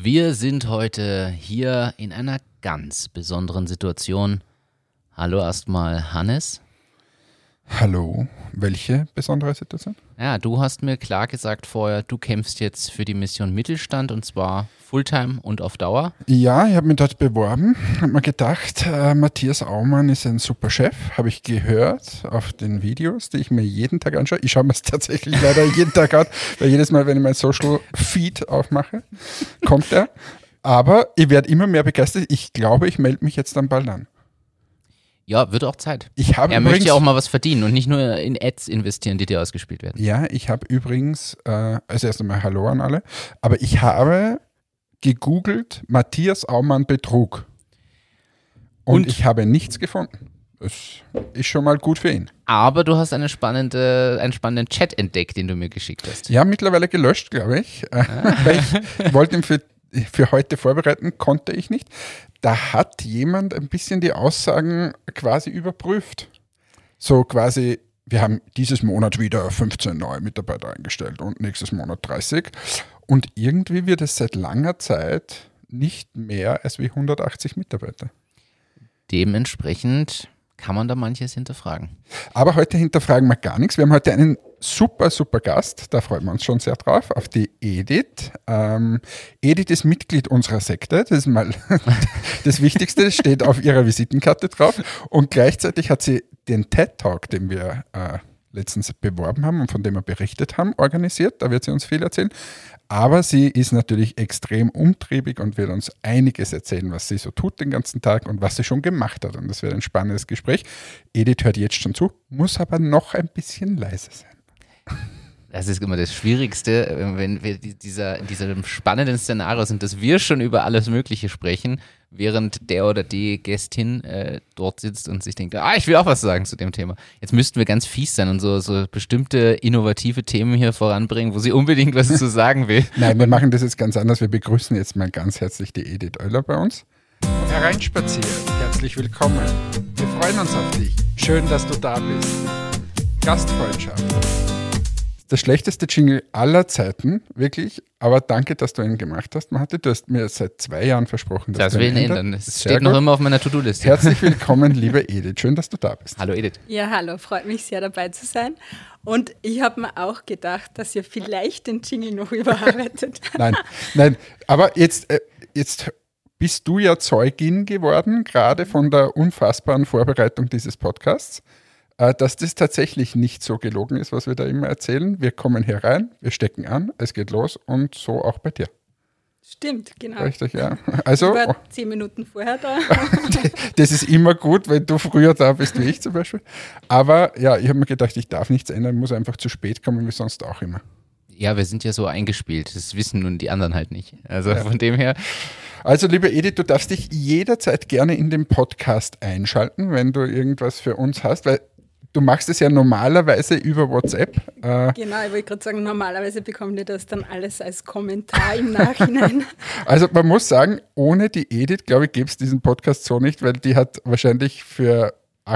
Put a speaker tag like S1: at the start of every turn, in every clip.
S1: Wir sind heute hier in einer ganz besonderen Situation. Hallo erstmal Hannes.
S2: Hallo, welche besondere Situation?
S1: Ja, du hast mir klar gesagt vorher, du kämpfst jetzt für die Mission Mittelstand und zwar Fulltime und auf Dauer.
S2: Ja, ich habe mich dort beworben, habe mir gedacht, Matthias Aumann ist ein super Chef, habe ich gehört auf den Videos, die ich mir jeden Tag anschaue. Ich schaue mir es tatsächlich leider jeden Tag an, weil jedes Mal, wenn ich mein Social Feed aufmache, kommt er. Aber ich werde immer mehr begeistert. Ich glaube, ich melde mich jetzt dann bald an.
S1: Ja, wird auch Zeit.
S2: Er
S1: möchte ja auch mal was verdienen und nicht nur in Ads investieren, die dir ausgespielt werden.
S2: Ja, ich habe übrigens, also erst einmal Hallo an alle, aber ich habe gegoogelt Matthias Aumann Betrug und ich habe nichts gefunden. Das ist schon mal gut für ihn.
S1: Aber du hast einen spannenden Chat entdeckt, den du mir geschickt hast.
S2: Ja, mittlerweile gelöscht, glaube ich. Weil ich wollte ihn für heute vorbereiten, konnte ich nicht. Da hat jemand ein bisschen die Aussagen quasi überprüft. So quasi, wir haben dieses Monat wieder 15 neue Mitarbeiter eingestellt und nächstes Monat 30. Und irgendwie wird es seit langer Zeit nicht mehr als wie 180 Mitarbeiter.
S1: Dementsprechend kann man da manches hinterfragen.
S2: Aber heute hinterfragen wir gar nichts. Wir haben heute einen super, super Gast. Da freuen wir uns schon sehr drauf, auf die Edith. Edith ist Mitglied unserer Sekte. Das ist mal das Wichtigste. Das steht auf ihrer Visitenkarte drauf. Und gleichzeitig hat sie den TED-Talk, den wir letztens beworben haben und von dem wir berichtet haben, organisiert. Da wird sie uns viel erzählen. Aber sie ist natürlich extrem umtriebig und wird uns einiges erzählen, was sie so tut den ganzen Tag und was sie schon gemacht hat. Und das wird ein spannendes Gespräch. Edith hört jetzt schon zu, muss aber noch ein bisschen leise sein.
S1: Das ist immer das Schwierigste, wenn wir in diesem spannenden Szenario sind, dass wir schon über alles Mögliche sprechen, während der oder die Gästin dort sitzt und sich denkt, ich will auch was sagen zu dem Thema. Jetzt müssten wir ganz fies sein und so bestimmte innovative Themen hier voranbringen, wo sie unbedingt was zu sagen will.
S2: Nein, wir machen das jetzt ganz anders. Wir begrüßen jetzt mal ganz herzlich die Edith Oeller bei uns. Hereinspaziert, herzlich willkommen. Wir freuen uns auf dich. Schön, dass du da bist. Gastfreundschaft. Das schlechteste Jingle aller Zeiten, wirklich. Aber danke, dass du ihn gemacht hast, Martin. Du hast mir seit 2 Jahren versprochen, dass
S1: das will ich ändern. Das steht noch immer auf meiner To-Do-Liste.
S2: Herzlich willkommen, liebe Edith. Schön, dass du da bist.
S1: Hallo Edith.
S3: Ja, hallo. Freut mich sehr, dabei zu sein. Und ich habe mir auch gedacht, dass ihr vielleicht den Jingle noch überarbeitet.
S2: Nein. Aber jetzt bist du ja Zeugin geworden, gerade von der unfassbaren Vorbereitung dieses Podcasts, dass das tatsächlich nicht so gelogen ist, was wir da immer erzählen. Wir kommen hier rein, wir stecken an, es geht los und so auch bei dir.
S3: Stimmt, genau.
S2: Richtig, ja. Also,
S3: ich war 10 Minuten vorher da.
S2: Das ist immer gut, wenn du früher da bist wie ich zum Beispiel. Aber ja, ich habe mir gedacht, ich darf nichts ändern, muss einfach zu spät kommen, wie sonst auch immer.
S1: Ja, wir sind ja so eingespielt, das wissen nun die anderen halt nicht. Also von dem her.
S2: Also liebe Edith, du darfst dich jederzeit gerne in den Podcast einschalten, wenn du irgendwas für uns hast, weil du machst es ja normalerweise über WhatsApp.
S3: Genau, ich wollte gerade sagen, normalerweise bekommt ihr das dann alles als Kommentar im Nachhinein.
S2: Also man muss sagen, ohne die Edith, glaube ich, gäbe es diesen Podcast so nicht, weil die hat wahrscheinlich für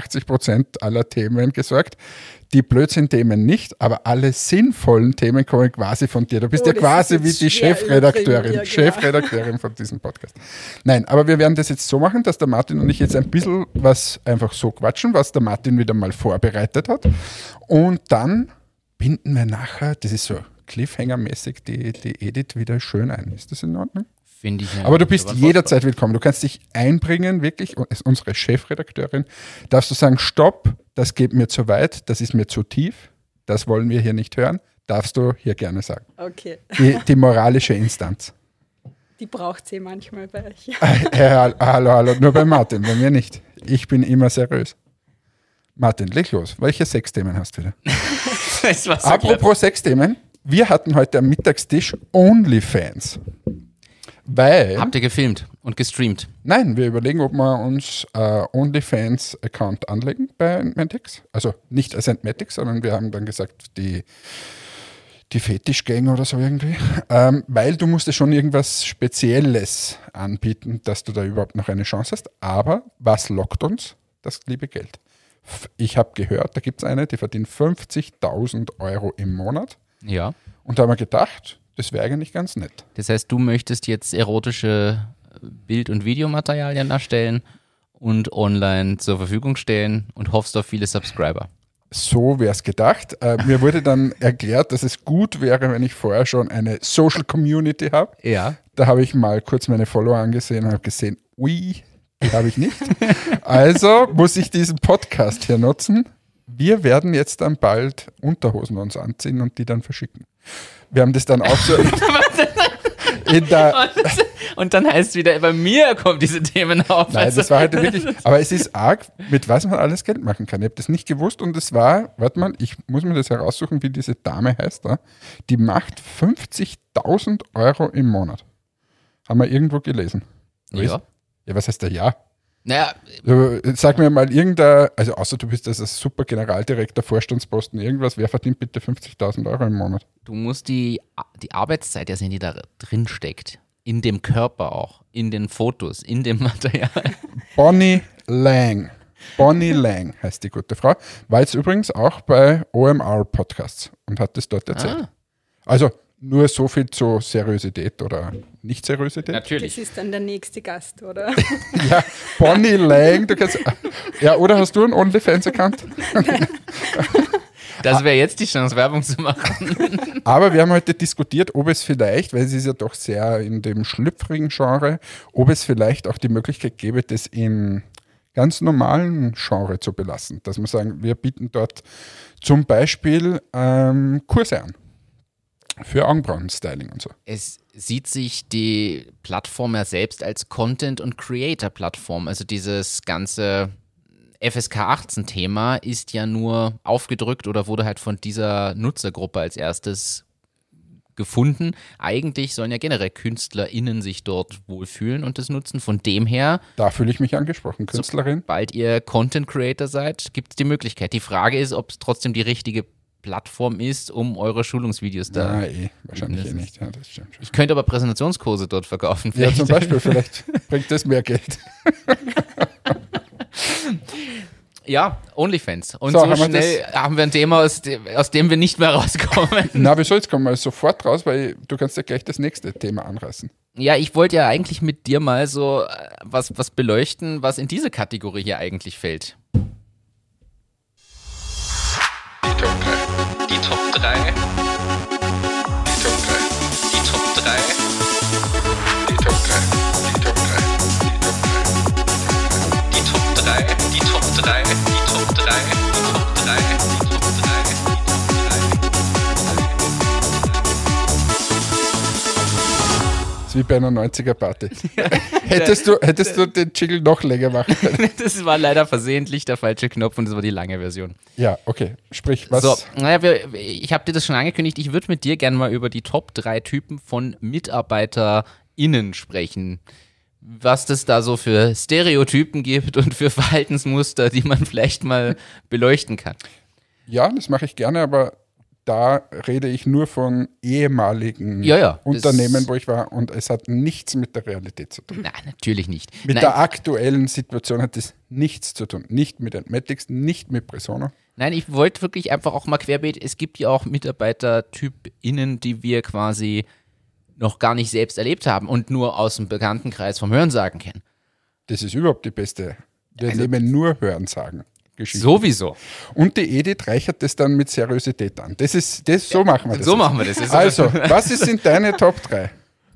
S2: 80% aller Themen gesorgt. Die Blödsinn-Themen nicht, aber alle sinnvollen Themen kommen quasi von dir. Du bist ja quasi wie die Chefredakteurin,
S3: ja, genau.
S2: Chefredakteurin von diesem Podcast. Nein, aber wir werden das jetzt so machen, dass der Martin und ich jetzt ein bisschen was einfach so quatschen, was der Martin wieder mal vorbereitet hat. Und dann binden wir nachher, das ist so Cliffhanger-mäßig, die Edith wieder schön ein. Ist das in Ordnung?
S1: Finde ich.
S2: Aber du bist jederzeit willkommen. Du kannst dich einbringen, wirklich, als unsere Chefredakteurin. Darfst du sagen, stopp, das geht mir zu weit, das ist mir zu tief, das wollen wir hier nicht hören. Darfst du hier gerne sagen.
S3: Okay.
S2: Die moralische Instanz.
S3: Die braucht sie manchmal bei euch.
S2: Hallo, nur bei Martin, bei mir nicht. Ich bin immer seriös. Martin, leg los. Welche Sexthemen hast du wieder? Apropos Sexthemen, wir hatten heute am Mittagstisch OnlyFans.
S1: Habt ihr gefilmt und gestreamt?
S2: Nein, wir überlegen, ob wir uns OnlyFans-Account anlegen bei Entmatics. Also nicht als Entmatics, sondern wir haben dann gesagt, die Fetischgang oder so irgendwie. Weil du musst ja schon irgendwas Spezielles anbieten, dass du da überhaupt noch eine Chance hast. Aber was lockt uns? Das liebe Geld. Ich habe gehört, da gibt es eine, die verdient 50.000 € im Monat.
S1: Ja.
S2: Und da haben wir gedacht, Das wäre eigentlich ganz nett.
S1: Das heißt, du möchtest jetzt erotische Bild- und Videomaterialien erstellen und online zur Verfügung stellen und hoffst auf viele Subscriber.
S2: So wäre es gedacht. Mir wurde dann erklärt, dass es gut wäre, wenn ich vorher schon eine Social Community habe.
S1: Ja.
S2: Da habe ich mal kurz meine Follower angesehen und habe gesehen, ui, die habe ich nicht. Also muss ich diesen Podcast hier nutzen. Wir werden jetzt dann bald Unterhosen uns anziehen und die dann verschicken. Wir haben das dann auch so in der...
S1: Und dann heißt es wieder, bei mir kommen diese Themen auf.
S2: Nein, das war halt wirklich, aber es ist arg, mit was man alles Geld machen kann. Ich habe das nicht gewusst und es war, warte mal, ich muss mir das heraussuchen, wie diese Dame heißt da. Die macht 50.000 Euro im Monat. Haben wir irgendwo gelesen.
S1: Ja.
S2: Ja, was heißt der Ja?
S1: Naja,
S2: Sag mir mal irgendein, also außer du bist das als super Generaldirektor, Vorstandsposten, irgendwas, wer verdient bitte 50.000 Euro im Monat?
S1: du musst die Arbeitszeit ja sehen, die da drin steckt. In dem Körper auch, in den Fotos, in dem Material.
S2: Bonnie Lang. Bonnie Lang heißt die gute Frau. War jetzt übrigens auch bei OMR Podcasts und hat das dort erzählt.
S1: Ah.
S2: Also nur so viel zu Seriosität oder Nicht-Seriosität.
S1: Natürlich.
S3: Das ist dann der nächste Gast, oder?
S2: Ja, Bonnie Lang. Du kannst, ja, oder hast du einen OnlyFans-Account?
S1: Das wäre jetzt die Chance, Werbung zu machen.
S2: Aber wir haben heute diskutiert, ob es vielleicht, weil es ist ja doch sehr in dem schlüpfrigen Genre, ob es vielleicht auch die Möglichkeit gäbe, das im ganz normalen Genre zu belassen. Dass wir sagen, wir bieten dort zum Beispiel Kurse an. Für Augenbrauen-Styling und so.
S1: Es sieht sich die Plattform ja selbst als Content- und Creator-Plattform. Also dieses ganze FSK 18-Thema ist ja nur aufgedrückt oder wurde halt von dieser Nutzergruppe als erstes gefunden. Eigentlich sollen ja generell KünstlerInnen sich dort wohlfühlen und das nutzen. Von dem her,
S2: Da fühle ich mich angesprochen, Künstlerin.
S1: sobald ihr Content-Creator seid, gibt es die Möglichkeit. Die Frage ist, ob es trotzdem die richtige Plattform ist, um eure Schulungsvideos da...
S2: Wahrscheinlich
S1: Das
S2: nicht. Ja, das stimmt schon.
S1: Ich könnte aber Präsentationskurse dort verkaufen.
S2: Ja,
S1: Vielleicht.
S2: zum Beispiel, vielleicht bringt das mehr Geld.
S1: Ja, OnlyFans. Und
S2: So,
S1: so,
S2: haben wir
S1: schnell haben wir ein Thema, aus dem wir nicht mehr rauskommen.
S2: Na, wieso? Jetzt kommen wir sofort raus, weil du kannst ja gleich das nächste Thema anreißen.
S1: Ja, ich wollte ja eigentlich mit dir mal so was beleuchten, was in diese Kategorie hier eigentlich fällt.
S4: Die Top 3. Die Top 3. Die Top 3. Die Top 3. Die Top 3. Die Top 3. Die Top 3. Die Top 3. Die Top 3.
S2: Das ist wie bei einer 90er-Party. Hättest du den Jingle noch länger machen können?
S1: Das war leider versehentlich der falsche Knopf und das war die lange Version.
S2: Ja, okay. Sprich, was?
S1: So, naja, ich habe dir das schon angekündigt, ich würde mit dir gerne mal über die Top 3 Typen von MitarbeiterInnen sprechen. Was das da so für Stereotypen gibt und für Verhaltensmuster, die man vielleicht mal beleuchten kann.
S2: Ja, das mache ich gerne, aber da rede ich nur von ehemaligen
S1: Ja,
S2: Unternehmen, wo ich war, und es hat nichts mit der Realität zu tun.
S1: Nein, natürlich nicht.
S2: Mit
S1: Nein,
S2: der aktuellen Situation hat es nichts zu tun. Nicht mit Entmatics, nicht mit Presona.
S1: Nein, ich wollte wirklich einfach auch mal querbeet, es gibt ja auch MitarbeitertypInnen, die wir quasi noch gar nicht selbst erlebt haben und nur aus dem Bekanntenkreis vom Hörensagen kennen.
S2: Das ist überhaupt die beste. Wir nehmen nur Hörensagen. Geschichten.
S1: Sowieso.
S2: Und die Edith reichert das dann mit Seriosität an. So machen wir das.
S1: So
S2: jetzt.
S1: machen wir das.
S2: Also, was sind deine Top 3?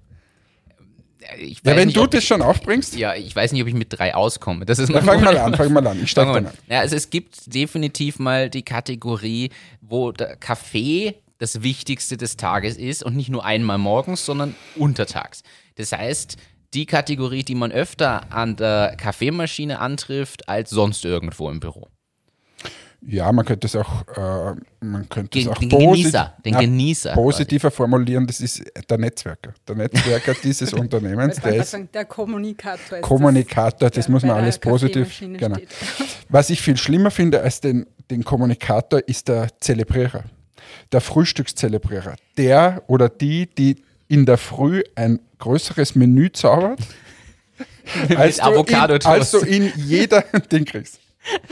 S1: Ich
S2: Ja,
S1: weiß
S2: wenn
S1: nicht,
S2: du
S1: ob-
S2: das schon aufbringst,
S1: Ja, ich weiß nicht, ob ich mit 3 auskomme. Das ist
S2: dann
S1: mein
S2: fang mal an. Ich steige dann an.
S1: Ja, also es gibt definitiv mal die Kategorie, wo der Kaffee das Wichtigste des Tages ist und nicht nur einmal morgens, sondern untertags. Das heißt, die Kategorie, die man öfter an der Kaffeemaschine antrifft, als sonst irgendwo im Büro.
S2: Ja, man könnte es auch,
S1: Den Genießer, den Genießer
S2: positiver formulieren. Das ist der Netzwerker. Der Netzwerker dieses Unternehmens,
S3: Ich
S2: der
S3: wollte
S2: ist
S3: sagen, der Kommunikator ist
S2: Kommunikator, das
S3: der
S2: muss man
S3: bei der
S2: alles positiv.
S3: Kaffeemaschine
S2: Genau.
S3: steht.
S2: Was ich viel schlimmer finde als den Kommunikator, ist der Zelebrierer. Der Frühstückszelebrierer. Der oder die in der Früh ein größeres Menü zaubert, als
S1: Avocado-Toast.
S2: du in jeder Ding kriegst.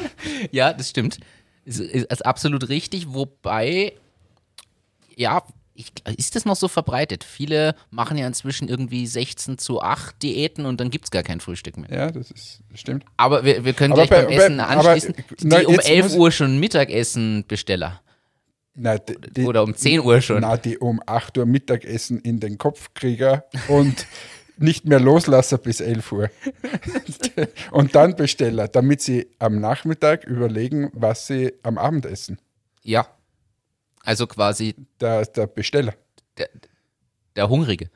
S1: Ja, das stimmt. Ist absolut richtig, wobei, ja, ist das noch so verbreitet? Viele machen ja inzwischen irgendwie 16:8 Diäten und dann gibt es gar kein Frühstück mehr.
S2: Ja, das stimmt.
S1: Aber wir können
S2: Aber
S1: gleich beim Essen
S2: aber-
S1: anschließen.
S2: na,
S1: Die um
S2: jetzt
S1: 11
S2: muss-
S1: Uhr schon Mittagessen-Besteller.
S2: Nein,
S1: Oder um 10 Uhr schon.
S2: Na, die um 8 Uhr Mittagessen in den Kopfkrieger und nicht mehr loslassen bis 11 Uhr. Und dann Besteller, damit sie am Nachmittag überlegen, was sie am Abend essen.
S1: Ja. Also quasi
S2: Der Besteller.
S1: der Hungrige.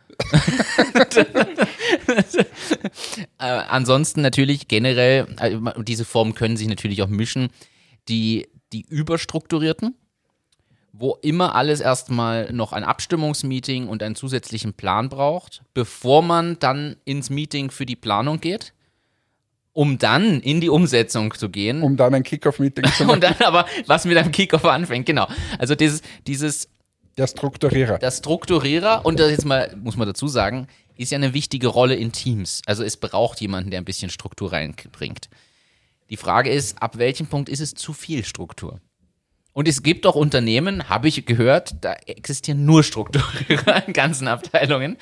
S1: Ansonsten natürlich generell, diese Formen können sich natürlich auch mischen, die überstrukturierten, wo immer alles erstmal noch ein Abstimmungsmeeting und einen zusätzlichen Plan braucht, bevor man dann ins Meeting für die Planung geht, um dann in die Umsetzung zu gehen.
S2: Um dann ein Kickoff-Meeting zu machen.
S1: Und dann aber, was mit einem Kickoff anfängt, genau. Also dieses
S2: Der Strukturierer.
S1: der Strukturierer, und das jetzt mal, muss man dazu sagen, ist ja eine wichtige Rolle in Teams. Also es braucht jemanden, der ein bisschen Struktur reinbringt. Die Frage ist, ab welchem Punkt ist es zu viel Struktur? Und es gibt auch Unternehmen, habe ich gehört, da existieren nur Strukturierer in ganzen Abteilungen.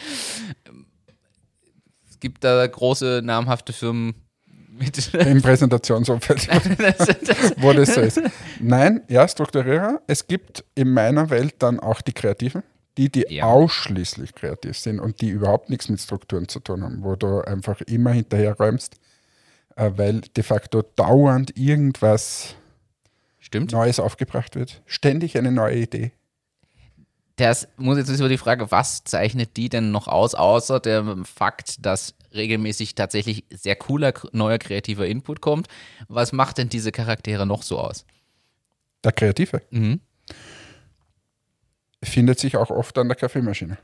S1: Es gibt da große, namhafte Firmen mit.
S2: Im Präsentationsumfeld, wo das so ist. Nein, ja, Strukturierer. Es gibt in meiner Welt dann auch die Kreativen, die
S1: Ja.
S2: ausschließlich kreativ sind und die überhaupt nichts mit Strukturen zu tun haben, wo du einfach immer hinterherräumst, weil de facto dauernd irgendwas
S1: Stimmt.
S2: Neues aufgebracht wird. Ständig eine neue Idee.
S1: Das muss jetzt über die Frage, was zeichnet die denn noch aus, außer dem Fakt, dass regelmäßig tatsächlich sehr cooler, neuer, kreativer Input kommt. Was macht denn diese Charaktere noch so aus?
S2: Der Kreative
S1: Mhm.
S2: findet sich auch oft an der Kaffeemaschine.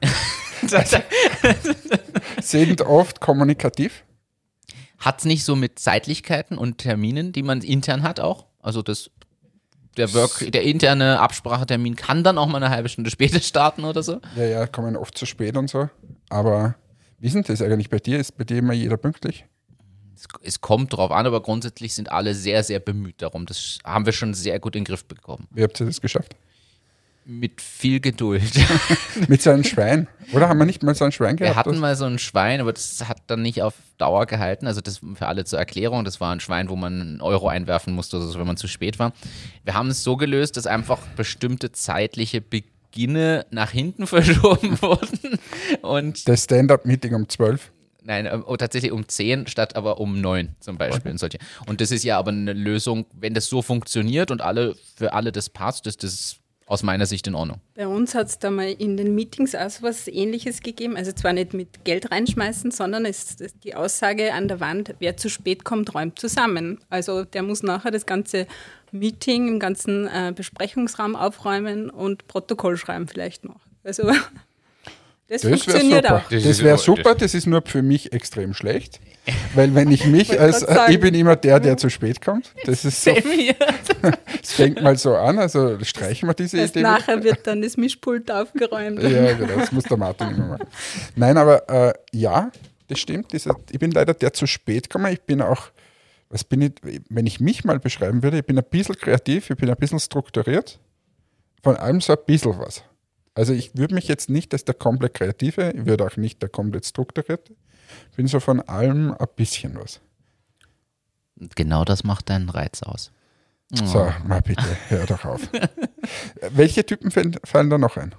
S2: Sind oft kommunikativ.
S1: Hat es nicht so mit Zeitlichkeiten und Terminen, die man intern hat auch? Also der interne Absprachetermin kann dann auch mal eine halbe Stunde später starten oder so?
S2: Ja, kommen oft zu spät und so. Aber wie ist denn das eigentlich bei dir? Ist bei dir immer jeder pünktlich?
S1: Es kommt drauf an, aber grundsätzlich sind alle sehr, sehr bemüht darum. Das haben wir schon sehr gut in den Griff bekommen.
S2: Wie habt ihr das geschafft?
S1: Mit viel Geduld.
S2: Mit so einem Schwein? Oder haben wir nicht mal so ein Schwein gehabt?
S1: Wir hatten mal so ein Schwein, aber das hat dann nicht auf Dauer gehalten. Also das für alle zur Erklärung, das war ein Schwein, wo man einen Euro einwerfen musste, also wenn man zu spät war. Wir haben es so gelöst, dass einfach bestimmte zeitliche Beginne nach hinten verschoben wurden. Und
S2: Das Stand-Up-Meeting um 12.
S1: nein, tatsächlich um 10 statt aber um 9 zum Beispiel. Und solche. Und das ist ja aber eine Lösung, wenn das so funktioniert und für alle das passt, ist das aus meiner Sicht in Ordnung.
S3: Bei uns hat es da mal in den Meetings auch so was Ähnliches gegeben. Also zwar nicht mit Geld reinschmeißen, sondern es ist die Aussage an der Wand, wer zu spät kommt, räumt zusammen. Also der muss nachher das ganze Meeting im ganzen Besprechungsraum aufräumen und Protokoll schreiben vielleicht noch. Also das
S2: Das wäre
S3: funktioniert
S2: super.
S3: auch.
S2: Das wäre super, das ist nur für mich extrem schlecht. Weil wenn ich mich
S3: Wollte
S2: als,
S3: grad sagen.
S2: ich bin immer der zu spät kommt. Das ist so, es fängt mal so an, also streichen wir diese
S3: Erst
S2: Idee.
S3: nachher wird dann das Mischpult aufgeräumt.
S2: Ja, genau, das muss der Martin immer machen. Nein, aber ja, das stimmt. Ich bin leider der zu spät gekommen. Ich bin auch, wenn ich mich mal beschreiben würde, ich bin ein bisschen kreativ, ich bin ein bisschen strukturiert. Von allem so ein bisschen was. Also ich würde mich jetzt nicht als der komplett Kreative, ich würde auch nicht der komplett Strukturierte. Ich bin so von allem ein bisschen was.
S1: Genau das macht deinen Reiz aus.
S2: So, mal bitte, hör doch auf. Welche Typen fallen da noch ein?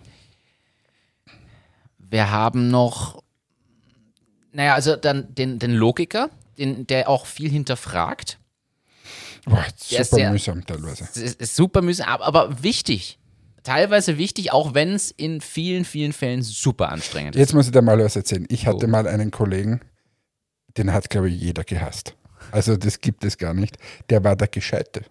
S1: Wir haben noch, also dann den Logiker, der auch viel hinterfragt.
S2: Boah,
S1: Der ist
S2: super
S1: sehr-
S2: mühsam teilweise.
S1: Das ist super mühsam, aber wichtig. Teilweise wichtig, auch wenn es in vielen, vielen Fällen super anstrengend ist.
S2: Jetzt muss ich dir mal was erzählen. Ich hatte
S1: Oh.
S2: mal einen Kollegen, den hat, glaube ich, jeder gehasst. Also das gibt es gar nicht. Der war der Gescheite.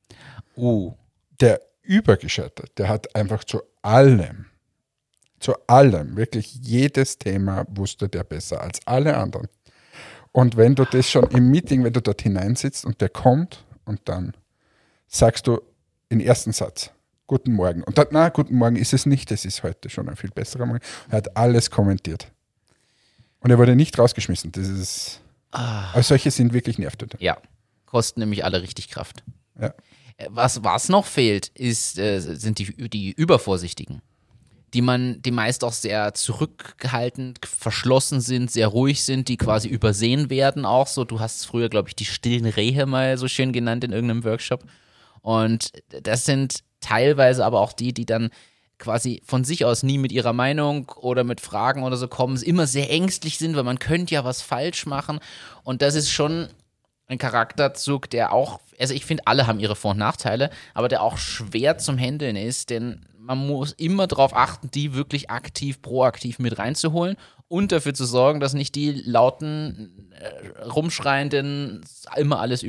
S2: Der Übergescheite. Der hat einfach zu allem, wirklich jedes Thema wusste der besser als alle anderen. Und wenn du das schon im Meeting, wenn du dort hineinsitzt und der kommt und dann sagst du den ersten Satz, guten Morgen. Und dann, na, guten Morgen ist es nicht, es ist heute schon ein viel besserer Morgen. Er hat alles kommentiert. Und er wurde nicht rausgeschmissen. Das ist, aber solche sind wirklich nervtötend.
S1: Ja, kosten nämlich alle richtig Kraft.
S2: Ja.
S1: Was noch fehlt, sind die Übervorsichtigen. die meist auch sehr zurückhaltend, verschlossen sind, sehr ruhig sind, die quasi übersehen werden auch so. Du hast früher, glaube ich, die stillen Rehe mal so schön genannt in irgendeinem Workshop. Und das sind teilweise aber auch die dann quasi von sich aus nie mit ihrer Meinung oder mit Fragen oder so kommen, immer sehr ängstlich sind, weil man könnte ja was falsch machen. Und das ist schon ein Charakterzug, der auch, also ich finde, alle haben ihre Vor- und Nachteile, aber der auch schwer zum Handeln ist, denn man muss immer darauf achten, die wirklich aktiv, proaktiv mit reinzuholen und dafür zu sorgen, dass nicht die lauten, rumschreienden immer alles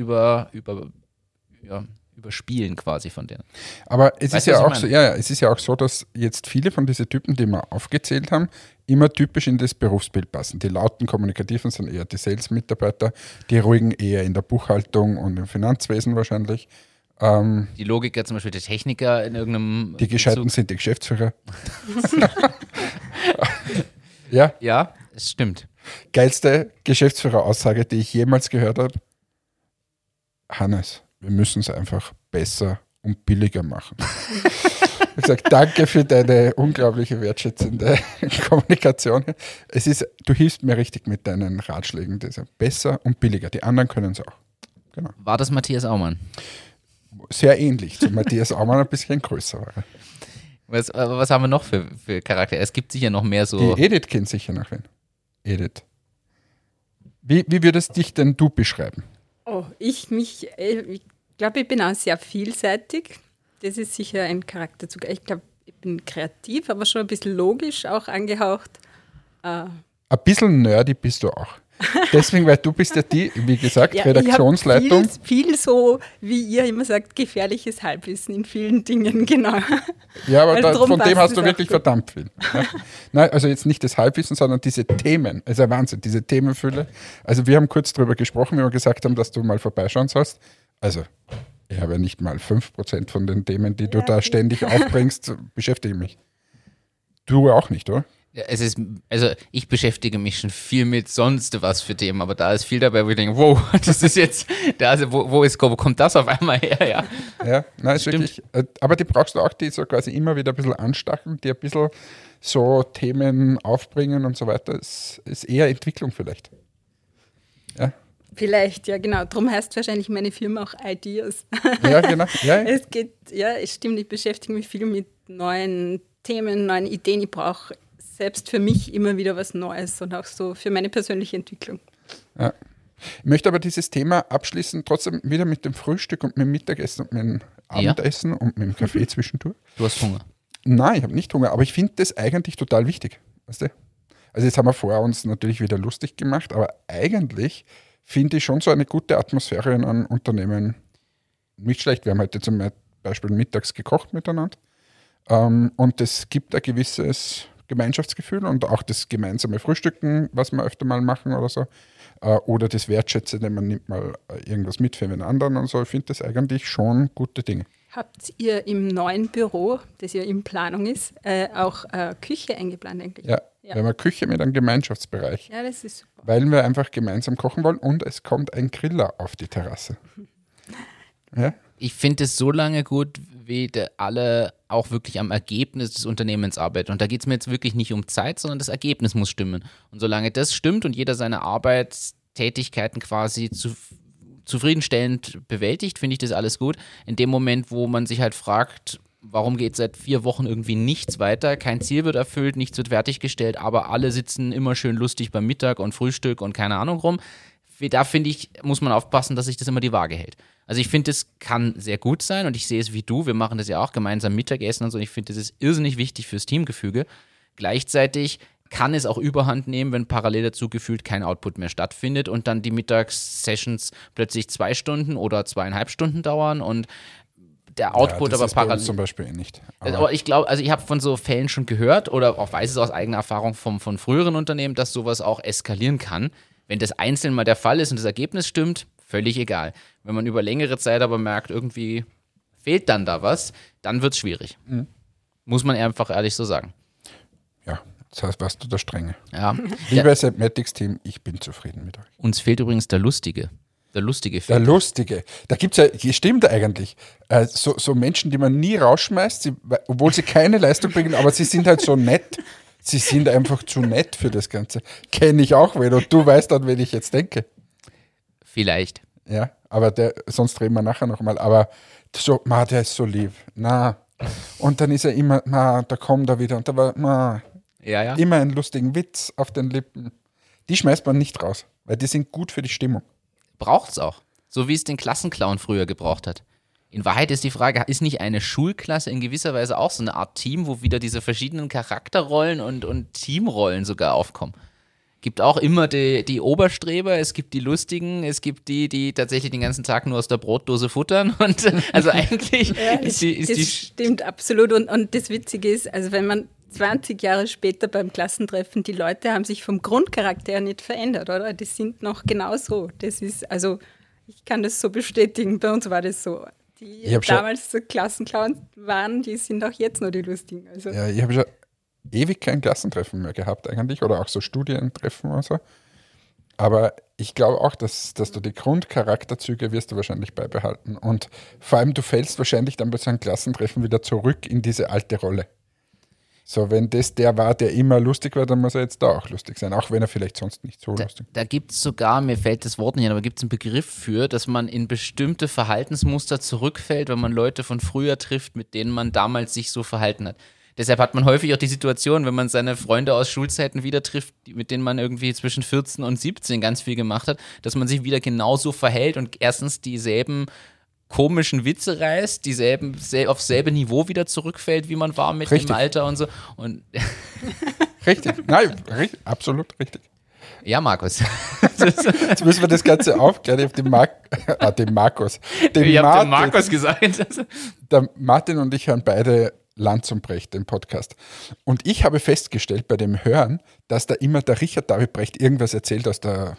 S1: überspielen quasi von denen.
S2: Aber es
S1: Weißt
S2: ist
S1: du,
S2: ja
S1: was
S2: auch
S1: ich
S2: so, es ist ja auch so, dass jetzt viele von diesen Typen, die wir aufgezählt haben, immer typisch in das Berufsbild passen. Die lauten Kommunikativen sind eher die Sales-Mitarbeiter, die ruhigen eher in der Buchhaltung und im Finanzwesen wahrscheinlich.
S1: Die Logiker, zum Beispiel der Techniker in irgendeinem
S2: Die Gescheiten sind die Geschäftsführer. Ja,
S1: Ja, es stimmt.
S2: geilste Geschäftsführeraussage, die ich jemals gehört habe. Hannes, wir müssen es einfach besser und billiger machen. Ich habe gesagt, danke für deine unglaubliche wertschätzende Kommunikation. Du hilfst mir richtig mit deinen Ratschlägen. Das ist besser und billiger. Die anderen können es auch. Genau.
S1: War das Matthias Aumann?
S2: Sehr ähnlich zu Matthias Aumann, ein bisschen größer war er.
S1: Was haben wir noch für Charaktere? Es gibt sicher noch mehr so.
S2: Die Edith kennt sicher nach wen. Edith. Wie würdest dich denn du beschreiben?
S3: Oh, ich glaube, ich bin auch sehr vielseitig. Das ist sicher ein Charakterzug. Ich glaube, ich bin kreativ, aber schon ein bisschen logisch auch angehaucht.
S2: Ein bisschen nerdy bist du auch. Deswegen, weil du bist ja die, wie gesagt,
S3: Ja,
S2: Redaktionsleitung.
S3: Ich habe viel so, wie ihr immer sagt, gefährliches Halbwissen in vielen Dingen, genau.
S2: Ja, aber
S3: Also drum
S2: von dem
S3: passt
S2: hast
S3: es
S2: du
S3: auch
S2: wirklich
S3: gut.
S2: verdammt viel. Ja. Nein, also jetzt nicht das Halbwissen, sondern diese Themen. Es ist ja Wahnsinn, diese Themenfülle. Also wir haben kurz drüber gesprochen, wie wir gesagt haben, dass du mal vorbeischauen sollst. Also ich habe ja nicht mal 5% von den Themen, die du da ständig aufbringst, beschäftige mich. Du auch nicht, oder?
S1: Ja, also ich beschäftige mich schon viel mit sonst was für Themen, aber da ist viel dabei, wo ich denke, wow, das ist jetzt, wo kommt das auf einmal her, ja.
S2: Ja, nein, ist
S1: Stimmt.
S2: wirklich, aber die brauchst du auch, die so quasi immer wieder ein bisschen anstacheln, die ein bisschen so Themen aufbringen und so weiter. Ist eher Entwicklung vielleicht. Ja,
S3: Vielleicht, ja genau. Darum heißt wahrscheinlich meine Firma auch Ideas.
S2: ja genau. Ja, ja.
S3: Es stimmt, ich beschäftige mich viel mit neuen Themen, neuen Ideen. Ich brauche selbst für mich immer wieder was Neues und auch so für meine persönliche Entwicklung.
S2: Ja. Ich möchte aber dieses Thema abschließen, trotzdem wieder mit dem Frühstück und mit dem Mittagessen und mit dem Abendessen und mit dem Kaffee zwischendurch.
S1: Du hast Hunger.
S2: Nein, ich habe nicht Hunger, aber ich finde das eigentlich total wichtig. Weißt du? Also jetzt haben wir vorher uns natürlich wieder lustig gemacht, aber eigentlich finde ich schon so eine gute Atmosphäre in einem Unternehmen nicht schlecht. Wir haben heute zum Beispiel mittags gekocht miteinander und es gibt ein gewisses Gemeinschaftsgefühl und auch das gemeinsame Frühstücken, was wir öfter mal machen oder so. Oder das Wertschätzende, man nimmt mal irgendwas mit für den anderen und so. Ich finde das eigentlich schon gute Dinge.
S3: Habt ihr im neuen Büro, das ja in Planung ist, auch Küche eingeplant eigentlich?
S2: Ja, wir haben eine Küche mit einem Gemeinschaftsbereich,
S3: Ja, das ist super.
S2: weil wir einfach gemeinsam kochen wollen und es kommt ein Griller auf die Terrasse. Ja?
S1: Ich finde es so lange gut, wie alle auch wirklich am Ergebnis des Unternehmens arbeiten. Und da geht es mir jetzt wirklich nicht um Zeit, sondern das Ergebnis muss stimmen. Und solange das stimmt und jeder seine Arbeitstätigkeiten quasi zufriedenstellend bewältigt, finde ich das alles gut. In dem Moment, wo man sich halt fragt, warum geht seit 4 Wochen irgendwie nichts weiter, kein Ziel wird erfüllt, nichts wird fertiggestellt, aber alle sitzen immer schön lustig beim Mittag und Frühstück und keine Ahnung rum. Da finde ich, muss man aufpassen, dass sich das immer die Waage hält. Also ich finde, das kann sehr gut sein und ich sehe es wie du, wir machen das ja auch gemeinsam Mittagessen und so. Ich finde, das ist irrsinnig wichtig fürs Teamgefüge. Gleichzeitig kann es auch Überhand nehmen, wenn parallel dazu gefühlt kein Output mehr stattfindet und dann die Mittagssessions plötzlich 2 Stunden oder 2,5 Stunden dauern und der Output
S2: das
S1: aber
S2: ist bei uns
S1: parallel.
S2: zum Beispiel nicht.
S1: Aber ich glaube, also ich habe von so Fällen schon gehört oder auch weiß es aus eigener Erfahrung von früheren Unternehmen, dass sowas auch eskalieren kann. Wenn das einzeln mal der Fall ist und das Ergebnis stimmt, völlig egal. Wenn man über längere Zeit aber merkt, irgendwie fehlt dann da was, dann wird es schwierig. Muss man einfach ehrlich so sagen.
S2: Ja, das heißt, warst du der Strenge.
S1: Ja.
S2: Liebe Sepmatics-Team, ich bin zufrieden mit euch.
S1: Uns fehlt übrigens der Lustige. Der lustige
S2: Der
S1: Film.
S2: Lustige. Da gibt es ja, stimmt eigentlich, so Menschen, die man nie rausschmeißt, obwohl sie keine Leistung bringen, aber sie sind halt so nett. Sie sind einfach zu nett für das Ganze. Kenne ich auch wen und du weißt an wen ich jetzt denke.
S1: Vielleicht.
S2: Ja, aber sonst reden wir nachher nochmal. Aber so, der ist so lieb. Na. Und dann ist er immer, da kommt er wieder. Und da war,
S1: Ja.
S2: immer einen lustigen Witz auf den Lippen. Die schmeißt man nicht raus, weil die sind gut für die Stimmung.
S1: Braucht's auch. So wie es den Klassenclown früher gebraucht hat. In Wahrheit ist die Frage, ist nicht eine Schulklasse in gewisser Weise auch so eine Art Team, wo wieder diese verschiedenen Charakterrollen und Teamrollen sogar aufkommen? Gibt auch immer die Oberstreber, es gibt die Lustigen, es gibt die tatsächlich den ganzen Tag nur aus der Brotdose futtern. Und also eigentlich ist die
S3: stimmt absolut. Und das Witzige ist, also wenn man 20 Jahre später beim Klassentreffen, die Leute haben sich vom Grundcharakter nicht verändert, oder? Die sind noch genauso. Das ist, also ich kann das so bestätigen, bei uns war das so. Die damals so Klassenclowns waren, die sind auch jetzt noch die Lustigen. Also.
S2: Ja, ich habe schon ewig kein Klassentreffen mehr gehabt eigentlich oder auch so Studientreffen oder so. Aber ich glaube auch, dass du die Grundcharakterzüge wirst du wahrscheinlich beibehalten. Und vor allem, du fällst wahrscheinlich dann bei so einem Klassentreffen wieder zurück in diese alte Rolle. So, wenn das der war, der immer lustig war, dann muss er jetzt da auch lustig sein, auch wenn er vielleicht sonst nicht so lustig ist.
S1: Da gibt es sogar, mir fällt das Wort nicht ein, aber gibt es einen Begriff für, dass man in bestimmte Verhaltensmuster zurückfällt, wenn man Leute von früher trifft, mit denen man damals sich so verhalten hat. Deshalb hat man häufig auch die Situation, wenn man seine Freunde aus Schulzeiten wieder trifft, mit denen man irgendwie zwischen 14 und 17 ganz viel gemacht hat, dass man sich wieder genauso verhält und erstens dieselben komischen Witze reißt, aufs selbe Niveau wieder zurückfällt, wie man war mit dem Alter und so. Und
S2: richtig, nein, absolut richtig.
S1: Ja, Markus.
S2: Jetzt müssen wir das Ganze aufklären auf den Markus.
S1: Ich habe den Markus gesagt.
S2: Der Martin und ich hören beide Lanz und Brecht, den Podcast. Und ich habe festgestellt bei dem Hören, dass da immer der Richard David Brecht irgendwas erzählt aus der,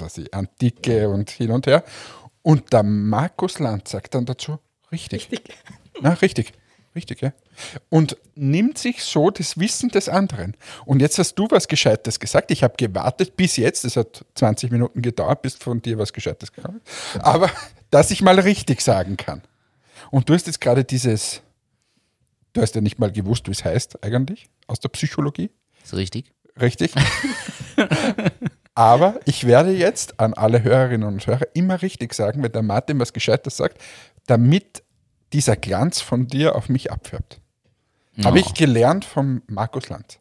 S2: Antike und hin und her. Und der Markus Lanz sagt dann dazu, richtig. Na, richtig, ja. Und nimmt sich so das Wissen des anderen. Und jetzt hast du was Gescheites gesagt. Ich habe gewartet bis jetzt, es hat 20 Minuten gedauert, bis von dir was Gescheites gekommen ist. Aber, dass ich mal richtig sagen kann. Und du hast jetzt gerade du hast ja nicht mal gewusst, wie es heißt eigentlich, aus der Psychologie.
S1: Ist richtig.
S2: Richtig. Aber ich werde jetzt an alle Hörerinnen und Hörer immer richtig sagen, wenn der Martin was Gescheites sagt, damit dieser Glanz von dir auf mich abfärbt. Oh. Habe ich gelernt vom Markus Lanz.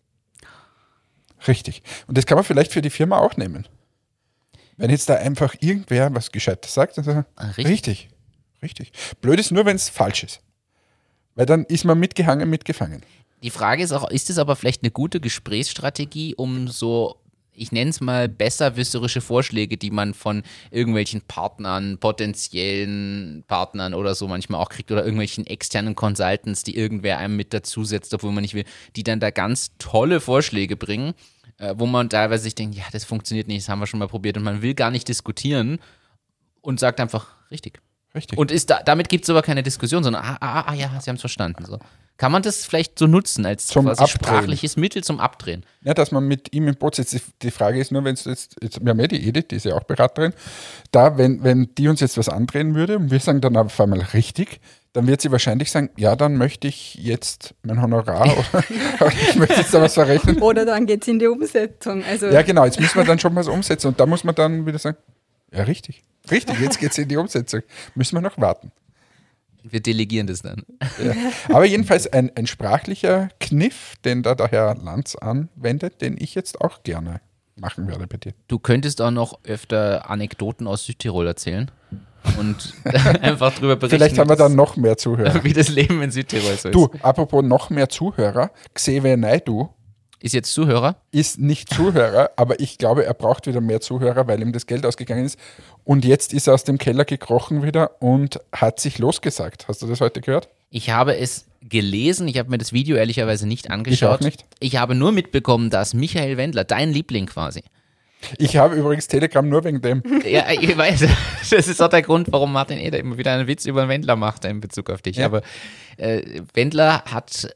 S2: Richtig. Und das kann man vielleicht für die Firma auch nehmen. Wenn jetzt da einfach irgendwer was Gescheites sagt, dann sagt er, richtig. Blöd ist nur, wenn es falsch ist. Weil dann ist man mitgehangen, mitgefangen.
S1: Die Frage ist auch, ist es aber vielleicht eine gute Gesprächsstrategie, um so, ich nenne es mal, besserwisserische Vorschläge, die man von irgendwelchen Partnern, potenziellen Partnern oder so manchmal auch kriegt oder irgendwelchen externen Consultants, die irgendwer einem mit dazusetzt, obwohl man nicht will, die dann da ganz tolle Vorschläge bringen, wo man teilweise sich denkt, ja, das funktioniert nicht, das haben wir schon mal probiert und man will gar nicht diskutieren und sagt einfach, richtig. Und damit gibt es aber keine Diskussion, sondern ja, Sie haben es verstanden. So. Kann man das vielleicht so nutzen als quasi sprachliches Mittel zum Abdrehen? Ja,
S2: dass man mit ihm im Boot sitzt. Die Frage ist nur, wenn es jetzt, wir haben ja die Edith, die ist ja auch Beraterin, da, wenn die uns jetzt was andrehen würde und wir sagen dann auf einmal richtig, dann wird sie wahrscheinlich sagen, ja, dann möchte ich jetzt mein Honorar oder ich möchte jetzt da was verrechnen.
S3: Oder dann geht es in die Umsetzung. Also
S2: ja, genau, jetzt müssen wir dann schon was umsetzen und da muss man dann wieder sagen, ja, richtig, jetzt geht es in die Umsetzung. Müssen wir noch warten.
S1: Wir delegieren das dann.
S2: Ja. Aber jedenfalls ein sprachlicher Kniff, den da der Herr Lanz anwendet, den ich jetzt auch gerne machen werde bei dir.
S1: Du könntest auch noch öfter Anekdoten aus Südtirol erzählen und einfach drüber berichten.
S2: Vielleicht haben wir dann noch mehr Zuhörer.
S1: Wie das Leben in Südtirol so ist.
S2: Du, apropos noch mehr Zuhörer, Xavier Naidoo
S1: ist jetzt Zuhörer?
S2: Ist nicht Zuhörer, aber ich glaube, er braucht wieder mehr Zuhörer, weil ihm das Geld ausgegangen ist. Und jetzt ist er aus dem Keller gekrochen wieder und hat sich losgesagt. Hast du das heute gehört?
S1: Ich habe es gelesen. Ich habe mir das Video ehrlicherweise nicht angeschaut.
S2: Ich auch nicht.
S1: Ich habe nur mitbekommen, dass Michael Wendler, dein Liebling quasi.
S2: Ich habe übrigens Telegram nur wegen dem.
S1: Ja, ich weiß. Das ist auch der Grund, warum Martin Eder immer wieder einen Witz über den Wendler macht in Bezug auf dich. Ja. Aber Wendler hat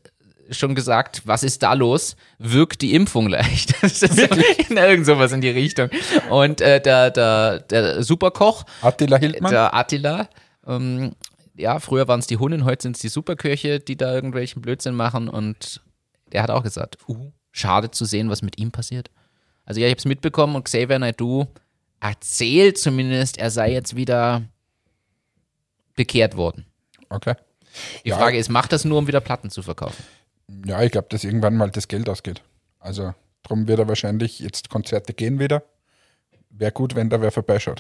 S1: schon gesagt, was ist da los? Wirkt die Impfung leicht? Das ist in irgend sowas in die Richtung. Und der Superkoch,
S2: Attila Hildmann?
S1: der Attila, ja, früher waren es die Hunden, heute sind es die Superköche, die da irgendwelchen Blödsinn machen. Und der hat auch gesagt, schade zu sehen, was mit ihm passiert. Also ja, ich habe es mitbekommen und Xavier Naidoo erzählt zumindest, er sei jetzt wieder bekehrt worden.
S2: Okay.
S1: Die Frage ist, macht das nur, um wieder Platten zu verkaufen?
S2: Ja, ich glaube, dass irgendwann mal das Geld ausgeht. Also darum wird er wahrscheinlich jetzt Konzerte gehen wieder. Wäre gut, wenn da wer vorbeischaut.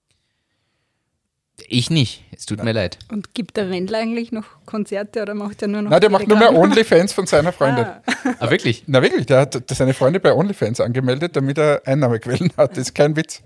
S1: Ich nicht, es tut mir leid.
S3: Und gibt der Wendler eigentlich noch Konzerte oder macht er nur noch
S2: Nein, der macht nur mehr
S3: Telegramm?
S2: OnlyFans von seiner Freundin.
S1: Ah, wirklich?
S2: Na wirklich, der hat seine Freunde bei OnlyFans angemeldet, damit er Einnahmequellen hat. Das ist kein Witz.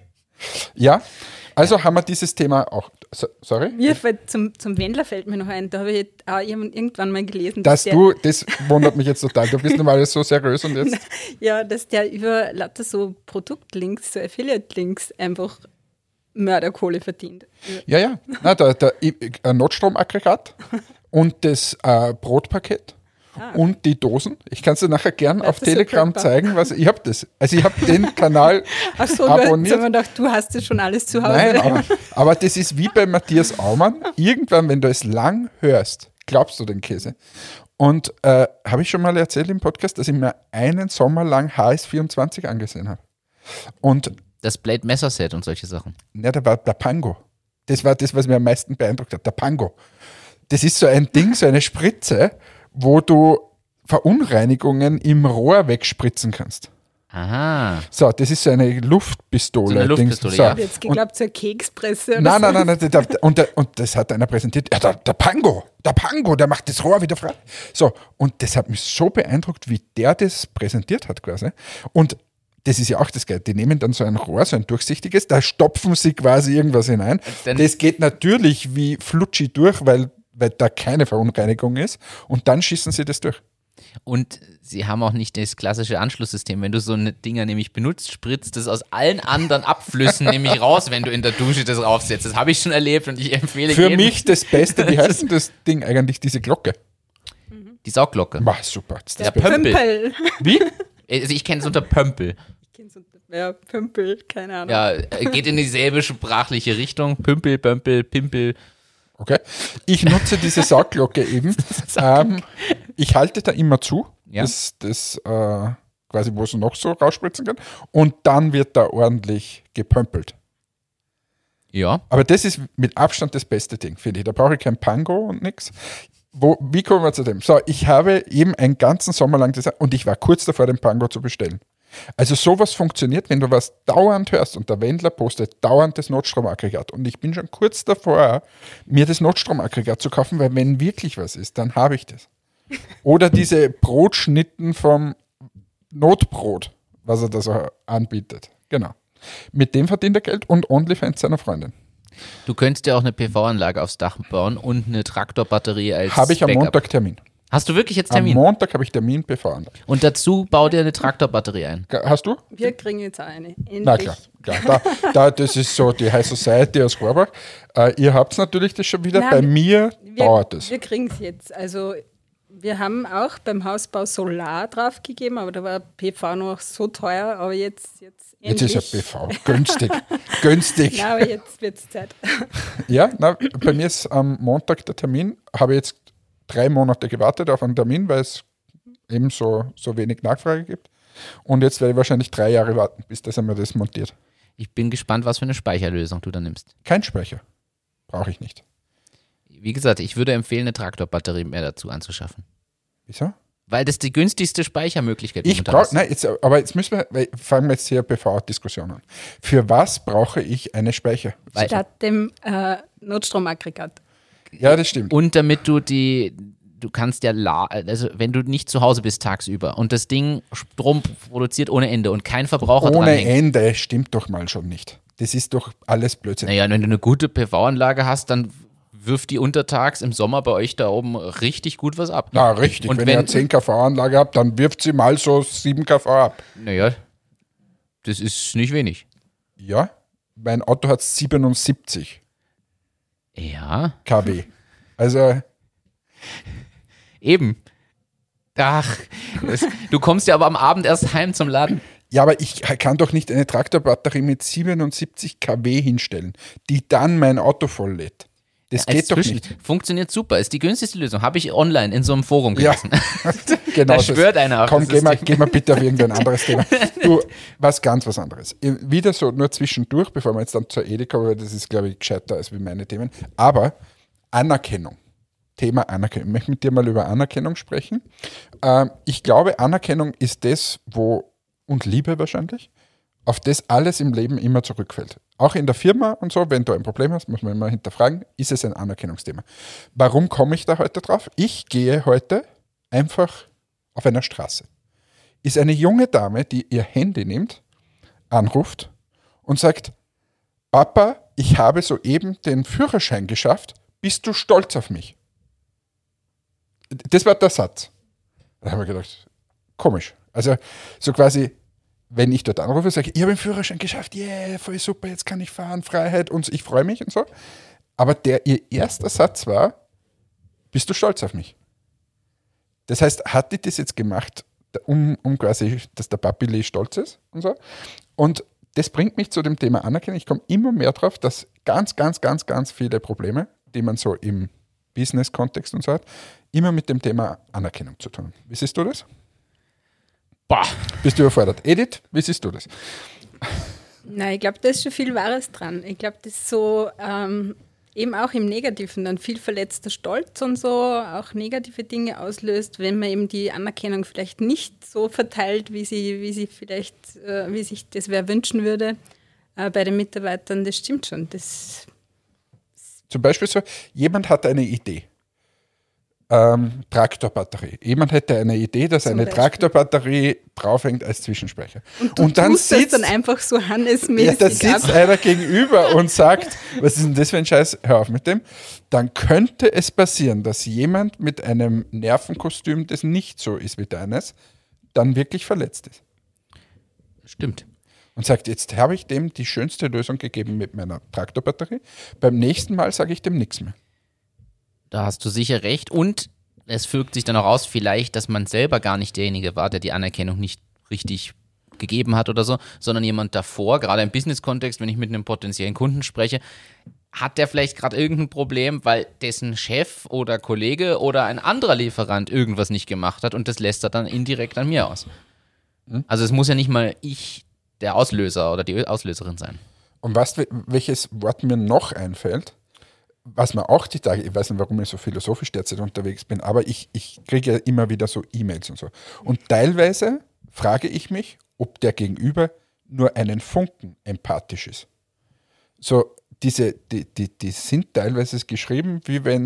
S2: Ja, also haben wir dieses Thema auch. Sorry?
S3: Mir fällt zum Wendler fällt mir noch ein, da habe ich auch irgendwann mal gelesen,
S2: Das wundert mich jetzt total. Du bist normalerweise so seriös und jetzt.
S3: ja, dass der über lauter so Produktlinks, so Affiliate-Links einfach Mörderkohle verdient.
S2: Ja. Na, ein Notstromaggregat und das Brotpaket und die Dosen. Ich kann es dir nachher gern auf
S3: das so
S2: Telegram
S3: Prepper.
S2: zeigen, was ich habe das. Also ich habe den Kanal
S3: Ach so,
S2: abonniert.
S3: du hast gedacht, du hast das schon alles zu Hause.
S2: Nein, aber das ist wie bei Matthias Aumann. Irgendwann, wenn du es lang hörst, glaubst du den Käse. Und habe ich schon mal erzählt im Podcast, dass ich mir einen Sommer lang HS24 angesehen habe. Und
S1: Das Blade Messer Set und solche Sachen.
S2: ja, da war der Pango. Das war das, was mir am meisten beeindruckt hat. Der Pango. Das ist so ein Ding, so eine Spritze, wo du Verunreinigungen im Rohr wegspritzen kannst.
S1: Aha.
S2: So, das ist so eine Luftpistole.
S1: So eine Luftpistole,
S2: Dings.
S1: ja.
S3: Ich habe jetzt geglaubt, so eine Kekspresse oder
S2: Nein,
S3: so.
S2: und das hat einer präsentiert. Ja, der Pango, der macht das Rohr wieder frei. So, und das hat mich so beeindruckt, wie der das präsentiert hat quasi. Und das ist ja auch das Geile. Die nehmen dann so ein Rohr, so ein durchsichtiges, da stopfen sie quasi irgendwas hinein.
S1: Dann-
S2: Das geht natürlich wie Flutschi durch, weil da keine Verunreinigung ist. Und dann schießen sie das durch.
S1: Und sie haben auch nicht das klassische Anschlusssystem. Wenn du so eine Dinger nämlich benutzt, spritzt es aus allen anderen Abflüssen nämlich raus, wenn du in der Dusche das raufsetzt. Das habe ich schon erlebt und ich empfehle
S2: Für
S1: jedem
S2: mich das Beste. Wie heißt denn das Ding eigentlich, diese Glocke?
S1: die Saugglocke.
S2: Mach super. Das ist
S1: Der
S2: das Beste.
S1: Pömpel.
S3: Pömpel.
S2: Wie?
S1: Also ich kenne es unter Pömpel.
S3: Ich kenn's unter- Ja, Pömpel, keine Ahnung.
S1: Ja, geht in dieselbe sprachliche Richtung. Pümpel, Pömpel, Pimpel.
S2: Okay. Ich nutze diese Saugglocke eben. Ich halte da immer zu,
S1: Ja.
S2: das quasi, wo es noch so rausspritzen kann. Und dann wird da ordentlich gepömpelt.
S1: Ja.
S2: Aber das ist mit Abstand das beste Ding, finde ich. Da brauche ich kein Pango und nichts. Wie kommen wir zu dem? So, ich habe eben einen ganzen Sommer lang das und ich war kurz davor, den Pango zu bestellen. Also sowas funktioniert, wenn du was dauernd hörst und der Wendler postet dauernd das Notstromaggregat und ich bin schon kurz davor, mir das Notstromaggregat zu kaufen, weil wenn wirklich was ist, dann habe ich das. Oder diese Brotschnitten vom Notbrot, was er da so anbietet. Genau. Mit dem verdient er Geld und OnlyFans seiner Freundin.
S1: Du könntest ja auch eine PV-Anlage aufs Dach bauen und eine Traktorbatterie als
S2: Habe ich am
S1: Backup.
S2: Montag Termin.
S1: Hast du wirklich jetzt
S2: Am
S1: Termin?
S2: Montag habe ich Termin PV-Anlage.
S1: Und dazu bau dir eine Traktorbatterie ein.
S2: Hast du?
S3: Wir kriegen jetzt auch eine. Endlich.
S2: Na klar. Das ist so die High Society aus Rohrbach. Ihr habt natürlich das schon wieder.
S3: Nein,
S2: Bei mir dauert es.
S3: Wir kriegen es jetzt. Also wir haben auch beim Hausbau Solar draufgegeben, aber da war PV noch so teuer, aber jetzt
S2: Jetzt
S3: endlich.
S2: ist ja PV. Günstig. Günstig.
S3: Na, aber jetzt wird es Zeit.
S2: Ja, bei mir ist am Montag der Termin. Habe jetzt 3 Monate gewartet auf einen Termin, weil es eben so wenig Nachfrage gibt. Und jetzt werde ich wahrscheinlich 3 Jahre warten, bis das einmal das montiert.
S1: Ich bin gespannt, was für eine Speicherlösung du da nimmst.
S2: Kein Speicher. Brauche ich nicht.
S1: Wie gesagt, ich würde empfehlen, eine Traktorbatterie mehr dazu anzuschaffen.
S2: Wieso?
S1: Weil das die günstigste Speichermöglichkeit
S2: Ich
S1: momentan
S2: brauche,
S1: ist.
S2: nein, aber jetzt müssen wir, fangen wir jetzt hier PV-Diskussion an. Für was brauche ich eine Speicher?
S1: Weil-
S3: Statt dem Notstromaggregat.
S2: Ja, das stimmt.
S1: Und damit du kannst ja, also wenn du nicht zu Hause bist tagsüber und das Ding Strom produziert ohne Ende und kein Verbraucher
S2: Ohne
S1: dranhängt.
S2: Ende stimmt doch mal schon nicht. Das ist doch alles Blödsinn.
S1: Naja, wenn du eine gute PV-Anlage hast, dann wirft die untertags im Sommer bei euch da oben richtig gut was ab.
S2: Na, richtig.
S1: Und
S2: wenn ihr eine 10 kV-Anlage habt, dann wirft sie mal so 7 kV ab.
S1: Naja, das ist nicht wenig.
S2: Ja, mein Auto hat 77
S1: Ja,
S2: kW. Also,
S1: eben. Ach, du kommst ja aber am Abend erst heim zum Laden.
S2: Ja, aber ich kann doch nicht eine Traktorbatterie mit 77 kW hinstellen, die dann mein Auto volllädt. Das
S1: Als
S2: geht doch
S1: Zwischen-
S2: nicht.
S1: Funktioniert super, ist die günstigste Lösung. Habe ich online in so einem Forum
S2: Ja,
S1: gelesen.
S2: genau.
S1: Da schwört einer auf
S2: Komm,
S1: das
S2: geh mal bitte auf irgendein anderes Thema. Du, was anderes. Wieder so nur zwischendurch, bevor wir jetzt dann zur Edeka, weil das ist, glaube ich, gescheiter als wie meine Themen. Aber Anerkennung. Thema Anerkennung. Ich möchte mit dir mal über Anerkennung sprechen. Ich glaube, Anerkennung ist das, und Liebe wahrscheinlich, auf das alles im Leben immer zurückfällt. Auch in der Firma und so, wenn du ein Problem hast, muss man immer hinterfragen, ist es ein Anerkennungsthema. Warum komme ich da heute drauf? Ich gehe heute einfach auf einer Straße. Ist eine junge Dame, die ihr Handy nimmt, anruft und sagt, Papa, ich habe soeben den Führerschein geschafft, bist du stolz auf mich? Das war der Satz. Da haben wir gedacht, komisch. Also so quasi, wenn ich dort anrufe, sage ich, ich habe den Führerschein geschafft, yeah, voll super, jetzt kann ich fahren, Freiheit und ich freue mich und so. Aber ihr erster Satz war, bist du stolz auf mich? Das heißt, hat die das jetzt gemacht, um quasi, dass der Papi stolz ist und so? Und das bringt mich zu dem Thema Anerkennung. Ich komme immer mehr drauf, dass ganz viele Probleme, die man so im Business-Kontext und so hat, immer mit dem Thema Anerkennung zu tun. Wie siehst du das?
S1: Boah.
S2: Bist du überfordert? Edith, wie siehst du das?
S3: Nein, ich glaube, da ist schon viel Wahres dran. Ich glaube, das ist so eben auch im Negativen dann viel verletzter Stolz und so auch negative Dinge auslöst, wenn man eben die Anerkennung vielleicht nicht so verteilt, wie sich das wer wünschen würde bei den Mitarbeitern. Das stimmt schon. Das
S2: Zum Beispiel so, jemand hat eine Idee. Traktorbatterie. Jemand hätte eine Idee, dass eine Traktorbatterie draufhängt als Zwischenspeicher.
S3: Und dann sitzt dann einfach so Hannes-mäßig
S2: da sitzt einer gegenüber und sagt, was ist denn das für ein Scheiß? Hör auf mit dem. Dann könnte es passieren, dass jemand mit einem Nervenkostüm, das nicht so ist wie deines, dann wirklich verletzt ist.
S1: Stimmt.
S2: Und sagt, jetzt habe ich dem die schönste Lösung gegeben mit meiner Traktorbatterie. Beim nächsten Mal sage ich dem nichts mehr.
S1: Da hast du sicher recht. Und es fügt sich dann auch aus, vielleicht, dass man selber gar nicht derjenige war, der die Anerkennung nicht richtig gegeben hat oder so, sondern jemand davor, gerade im Business-Kontext, wenn ich mit einem potenziellen Kunden spreche, hat der vielleicht gerade irgendein Problem, weil dessen Chef oder Kollege oder ein anderer Lieferant irgendwas nicht gemacht hat und das lässt er dann indirekt an mir aus. Also es muss ja nicht mal ich der Auslöser oder die Auslöserin sein.
S2: Und welches Wort mir noch einfällt, was mir auch die Tage, ich weiß nicht, warum ich so philosophisch derzeit unterwegs bin, aber ich kriege ja immer wieder so E-Mails und so. Und teilweise frage ich mich, ob der Gegenüber nur einen Funken empathisch ist. So, die sind teilweise geschrieben,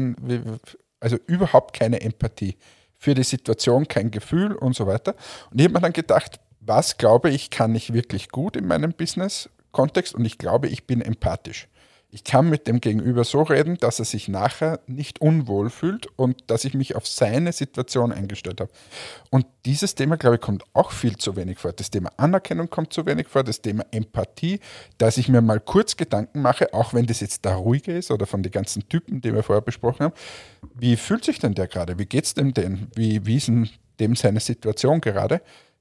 S2: also überhaupt keine Empathie. Für die Situation kein Gefühl und so weiter. Und ich habe mir dann gedacht, was glaube ich, kann ich wirklich gut in meinem Business-Kontext und ich glaube, ich bin empathisch. Ich kann mit dem Gegenüber so reden, dass er sich nachher nicht unwohl fühlt und dass ich mich auf seine Situation eingestellt habe. Und dieses Thema, glaube ich, kommt auch viel zu wenig vor. Das Thema Anerkennung kommt zu wenig vor, das Thema Empathie, dass ich mir mal kurz Gedanken mache, auch wenn das jetzt der Ruhige ist oder von den ganzen Typen, die wir vorher besprochen haben. Wie fühlt sich denn der gerade? Wie geht es dem denn? Wie ist denn dem seine Situation gerade?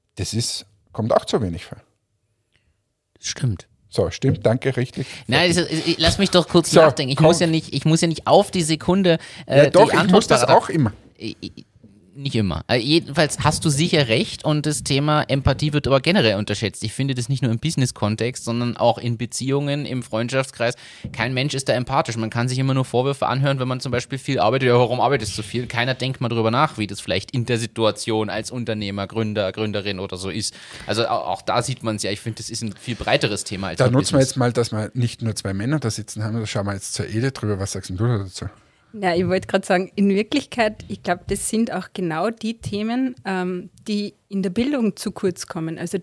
S2: Kommt auch zu wenig vor.
S1: Stimmt.
S2: So, stimmt, danke, richtig.
S1: Nein, lass mich doch kurz nachdenken. Ich muss ja nicht auf die Sekunde
S2: doch,
S1: die Antwort
S2: ich muss das auch immer.
S1: Nicht immer. Jedenfalls hast du sicher recht und das Thema Empathie wird aber generell unterschätzt. Ich finde das nicht nur im Business-Kontext, sondern auch in Beziehungen, im Freundschaftskreis. Kein Mensch ist da empathisch. Man kann sich immer nur Vorwürfe anhören, wenn man zum Beispiel viel arbeitet. Ja, warum arbeitest du so viel? Keiner denkt mal drüber nach, wie das vielleicht in der Situation als Unternehmer, Gründer, Gründerin oder so ist. Also auch da sieht man es ja. Ich finde, das ist ein viel breiteres Thema als
S2: da nutzen wir
S1: Business.
S2: jetzt mal, dass wir nicht nur zwei Männer da sitzen haben. Da schauen wir jetzt zur Edith drüber. Was sagst du dazu?
S3: Ja, ich wollte gerade sagen, in Wirklichkeit, ich glaube, das sind auch genau die Themen, die in der Bildung zu kurz kommen. Also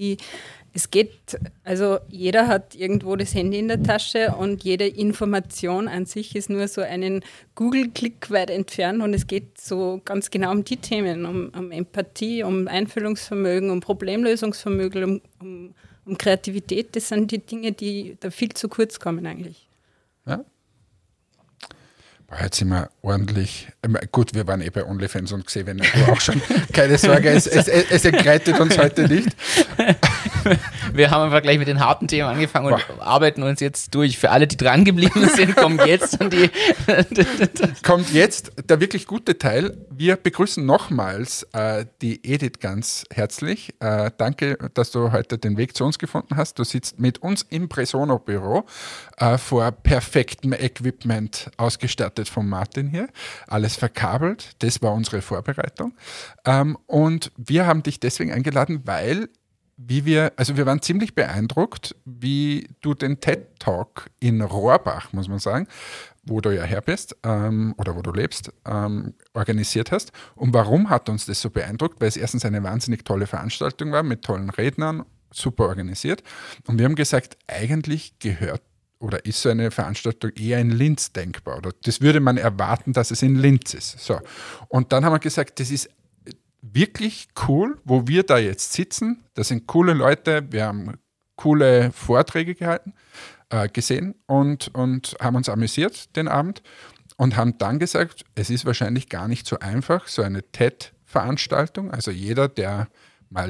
S3: also jeder hat irgendwo das Handy in der Tasche und jede Information an sich ist nur so einen Google-Klick weit entfernt und es geht so ganz genau um die Themen, um Empathie, um Einfühlungsvermögen, um Problemlösungsvermögen, um Kreativität. Das sind die Dinge, die da viel zu kurz kommen eigentlich.
S2: Ja? Jetzt sind wir ordentlich. Gut, wir waren bei OnlyFans und gesehen, wenn du auch schon. Keine Sorge, es entgleitet uns heute nicht.
S1: Wir haben einfach gleich mit den harten Themen angefangen und arbeiten uns jetzt durch. Für alle, die dran geblieben sind, kommt jetzt
S2: Kommt jetzt der wirklich gute Teil. Wir begrüßen nochmals die Edith ganz herzlich. Danke, dass du heute den Weg zu uns gefunden hast. Du sitzt mit uns im Presono-Büro vor perfektem Equipment ausgestattet von Martin hier. Alles verkabelt. Das war unsere Vorbereitung. Und wir haben dich deswegen eingeladen, weil wir waren ziemlich beeindruckt, wie du den TED-Talk in Rohrbach, muss man sagen, wo du ja her bist oder wo du lebst, organisiert hast. Und warum hat uns das so beeindruckt? Weil es erstens eine wahnsinnig tolle Veranstaltung war mit tollen Rednern, super organisiert. Und wir haben gesagt, eigentlich gehört oder ist so eine Veranstaltung eher in Linz denkbar? Oder das würde man erwarten, dass es in Linz ist. So. Und dann haben wir gesagt, das ist wirklich cool, wo wir da jetzt sitzen. Das sind coole Leute, wir haben coole Vorträge gesehen und haben uns amüsiert den Abend und haben dann gesagt, es ist wahrscheinlich gar nicht so einfach, so eine TED-Veranstaltung, also jeder, der mal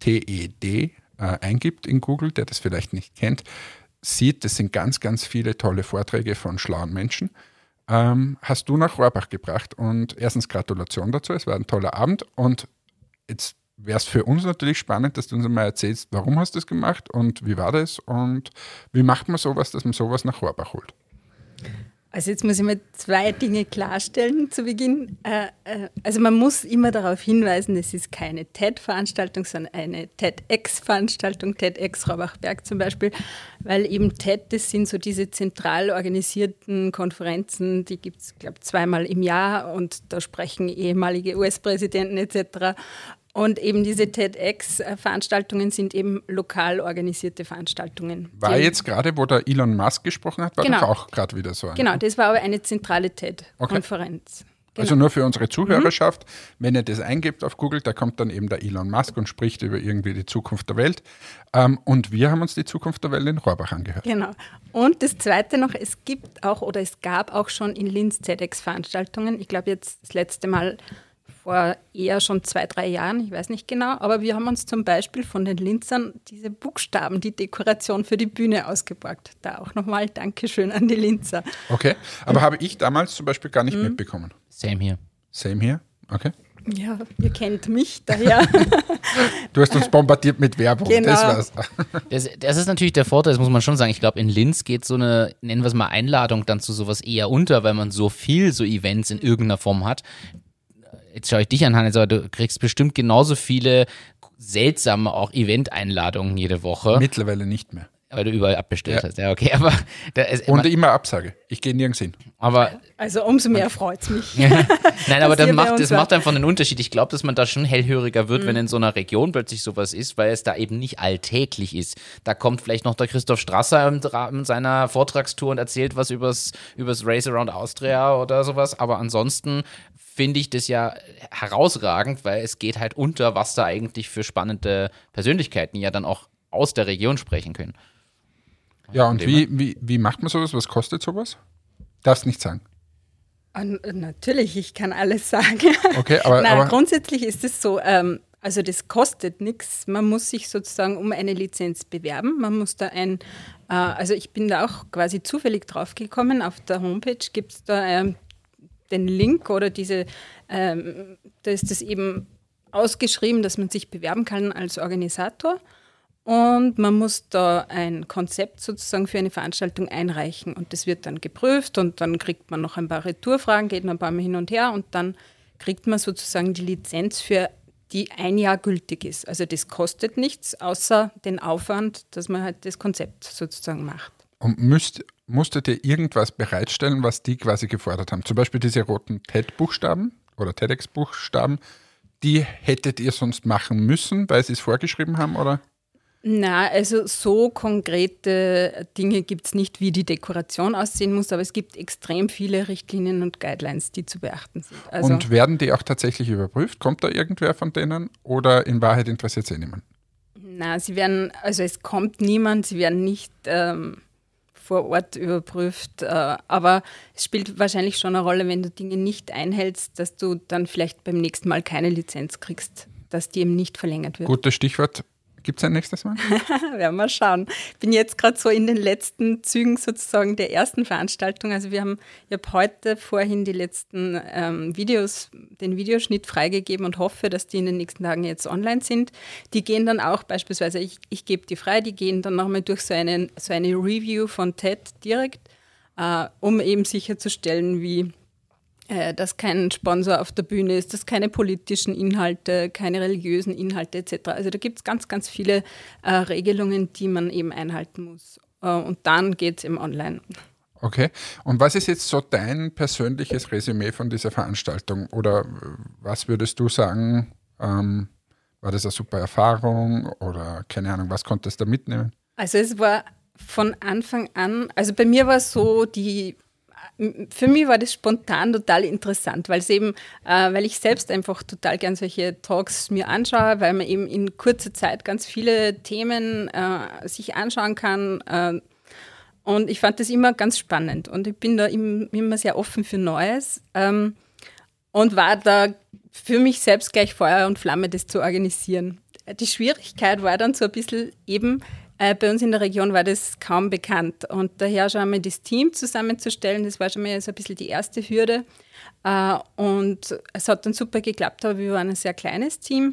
S2: TED eingibt in Google, der das vielleicht nicht kennt, sieht, das sind ganz, ganz viele tolle Vorträge von schlauen Menschen. Hast du nach Rohrbach gebracht und erstens Gratulation dazu, es war ein toller Abend und jetzt wäre es für uns natürlich spannend, dass du uns mal erzählst, warum hast du das gemacht und wie war das und wie macht man sowas, dass man sowas nach Rohrbach holt?
S3: Also jetzt muss ich mal zwei Dinge klarstellen zu Beginn. Also man muss immer darauf hinweisen, es ist keine TED-Veranstaltung, sondern eine TEDx-Veranstaltung, TEDx Rohrbachberg zum Beispiel, weil eben TED, das sind so diese zentral organisierten Konferenzen, die gibt es, glaube ich, 2-mal im Jahr und da sprechen ehemalige US-Präsidenten etc. Und eben diese TEDx-Veranstaltungen sind eben lokal organisierte Veranstaltungen.
S2: War jetzt gerade, wo der Elon Musk gesprochen hat, war doch auch gerade wieder so eine.
S3: Genau, das war aber eine zentrale TED-Konferenz.
S2: Okay. Genau. Also nur für unsere Zuhörerschaft, wenn ihr das eingebt auf Google, da kommt dann eben der Elon Musk und spricht über irgendwie die Zukunft der Welt. Und wir haben uns die Zukunft der Welt in Rohrbach angehört.
S3: Genau. Und das Zweite noch, es gab auch schon in Linz TEDx-Veranstaltungen. Ich glaube jetzt das letzte Mal vor eher schon 2-3 Jahren, ich weiß nicht genau, aber wir haben uns zum Beispiel von den Linzern diese Buchstaben, die Dekoration für die Bühne ausgeborgt. Da auch nochmal Dankeschön an die Linzer.
S2: Okay, aber habe ich damals zum Beispiel gar nicht mitbekommen.
S1: Same here.
S2: Same here, okay.
S3: Ja, ihr kennt mich daher.
S2: Du hast uns bombardiert mit Werbung,
S3: Genau.
S2: Das war's.
S1: Das ist natürlich der Vorteil, das muss man schon sagen. Ich glaube, in Linz geht so eine, nennen wir es mal, Einladung dann zu sowas eher unter, weil man so Events in irgendeiner Form hat. Jetzt schaue ich dich an, Hannes, aber du kriegst bestimmt genauso viele seltsame auch Event-Einladungen jede Woche.
S2: Mittlerweile nicht mehr.
S1: Weil du überall abbestellt hast. Ja, okay, aber
S2: und immer Absage. Ich gehe nirgends hin.
S1: Aber
S3: also umso mehr freut es mich.
S1: nein, aber das
S3: das
S1: macht einfach einen Unterschied. Ich glaube, dass man da schon hellhöriger wird, wenn in so einer Region plötzlich sowas ist, weil es da eben nicht alltäglich ist. Da kommt vielleicht noch der Christoph Strasser im Rahmen seiner Vortragstour und erzählt was übers Race Around Austria oder sowas. Aber ansonsten finde ich das ja herausragend, weil es geht halt unter, was da eigentlich für spannende Persönlichkeiten ja dann auch aus der Region sprechen können.
S2: Ja, und wie macht man sowas? Was kostet sowas? Darfst nicht sagen.
S3: Natürlich, ich kann alles sagen.
S2: Okay, aber
S3: grundsätzlich ist es so, also das kostet nichts. Man muss sich sozusagen um eine Lizenz bewerben. Man muss da also ich bin da auch quasi zufällig drauf gekommen. Auf der Homepage gibt es da den Link oder da ist das eben ausgeschrieben, dass man sich bewerben kann als Organisator. Und man muss da ein Konzept sozusagen für eine Veranstaltung einreichen und das wird dann geprüft und dann kriegt man noch ein paar Retourfragen, geht noch ein paar Mal hin und her und dann kriegt man sozusagen die Lizenz, für die 1 Jahr gültig ist. Also das kostet nichts, außer den Aufwand, dass man halt das Konzept sozusagen macht.
S2: Und musstet ihr irgendwas bereitstellen, was die quasi gefordert haben? Zum Beispiel diese roten TED-Buchstaben oder TEDx-Buchstaben, die hättet ihr sonst machen müssen, weil sie es vorgeschrieben haben, oder?
S3: Na, also so konkrete Dinge gibt es nicht, wie die Dekoration aussehen muss, aber es gibt extrem viele Richtlinien und Guidelines, die zu beachten sind. Also,
S2: und werden die auch tatsächlich überprüft? Kommt da irgendwer von denen oder in Wahrheit interessiert sich niemand?
S3: Na, es kommt niemand, sie werden nicht vor Ort überprüft. Aber es spielt wahrscheinlich schon eine Rolle, wenn du Dinge nicht einhältst, dass du dann vielleicht beim nächsten Mal keine Lizenz kriegst, dass die eben nicht verlängert wird.
S2: Gutes Stichwort. Gibt es ein nächstes Mal?
S3: Werden wir schauen. Ich bin jetzt gerade so in den letzten Zügen sozusagen der ersten Veranstaltung. Also ich habe heute vorhin die letzten den Videoschnitt freigegeben und hoffe, dass die in den nächsten Tagen jetzt online sind. Die gehen dann auch beispielsweise, ich gebe die frei, die gehen dann nochmal durch so eine Review von TED direkt, um eben sicherzustellen, dass kein Sponsor auf der Bühne ist, dass keine politischen Inhalte, keine religiösen Inhalte etc. Also da gibt es ganz, ganz viele Regelungen, die man eben einhalten muss. Und dann geht es eben online.
S2: Okay. Und was ist jetzt so dein persönliches Resümee von dieser Veranstaltung? Oder was würdest du sagen, war das eine super Erfahrung oder keine Ahnung, was konntest du da mitnehmen?
S3: Also es war von Anfang an, also bei mir war es so, für mich war das spontan total interessant, weil ich selbst einfach total gern solche Talks mir anschaue, weil man eben in kurzer Zeit ganz viele Themen sich anschauen kann. Und ich fand das immer ganz spannend und ich bin da immer sehr offen für Neues und war da für mich selbst gleich Feuer und Flamme, das zu organisieren. Die Schwierigkeit war dann so ein bisschen eben, bei uns in der Region war das kaum bekannt und daher schon einmal das Team zusammenzustellen, das war schon mal so ein bisschen die erste Hürde und es hat dann super geklappt, aber wir waren ein sehr kleines Team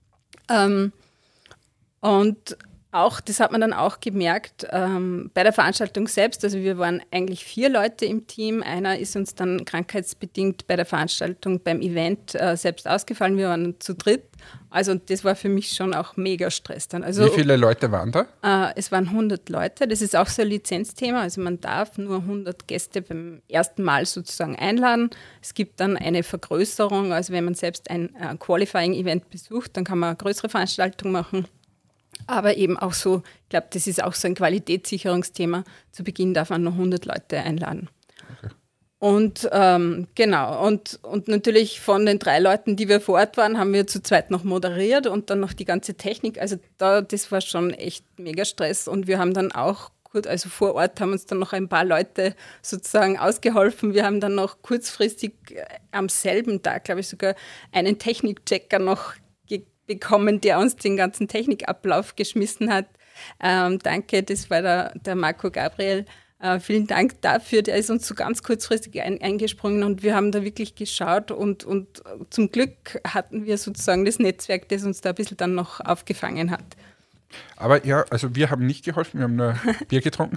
S3: und auch, das hat man dann auch gemerkt bei der Veranstaltung selbst, also wir waren eigentlich 4 Leute im Team, einer ist uns dann krankheitsbedingt bei der Veranstaltung beim Event selbst ausgefallen, wir waren zu dritt. Also das war für mich schon auch mega Stress dann. Also,
S2: wie viele Leute waren da?
S3: Es waren 100 Leute. Das ist auch so ein Lizenzthema. Also man darf nur 100 Gäste beim ersten Mal sozusagen einladen. Es gibt dann eine Vergrößerung. Also wenn man selbst ein Qualifying-Event besucht, dann kann man eine größere Veranstaltung machen. Aber eben auch so, ich glaube, das ist auch so ein Qualitätssicherungsthema. Zu Beginn darf man nur 100 Leute einladen. Okay. Und genau, und natürlich von den 3 Leuten, die wir vor Ort waren, haben wir zu zweit noch moderiert und dann noch die ganze Technik. Also das war schon echt mega Stress und wir haben dann auch also vor Ort haben uns dann noch ein paar Leute sozusagen ausgeholfen. Wir haben dann noch kurzfristig am selben Tag, glaube ich, sogar einen Technikchecker noch bekommen, der uns den ganzen Technikablauf geschmissen hat. Danke, das war der Marco Gabriel. Vielen Dank dafür, der ist uns so ganz kurzfristig eingesprungen und wir haben da wirklich geschaut und zum Glück hatten wir sozusagen das Netzwerk, das uns da ein bisschen dann noch aufgefangen hat.
S2: Aber ja, also wir haben nicht geholfen, wir haben nur Bier getrunken.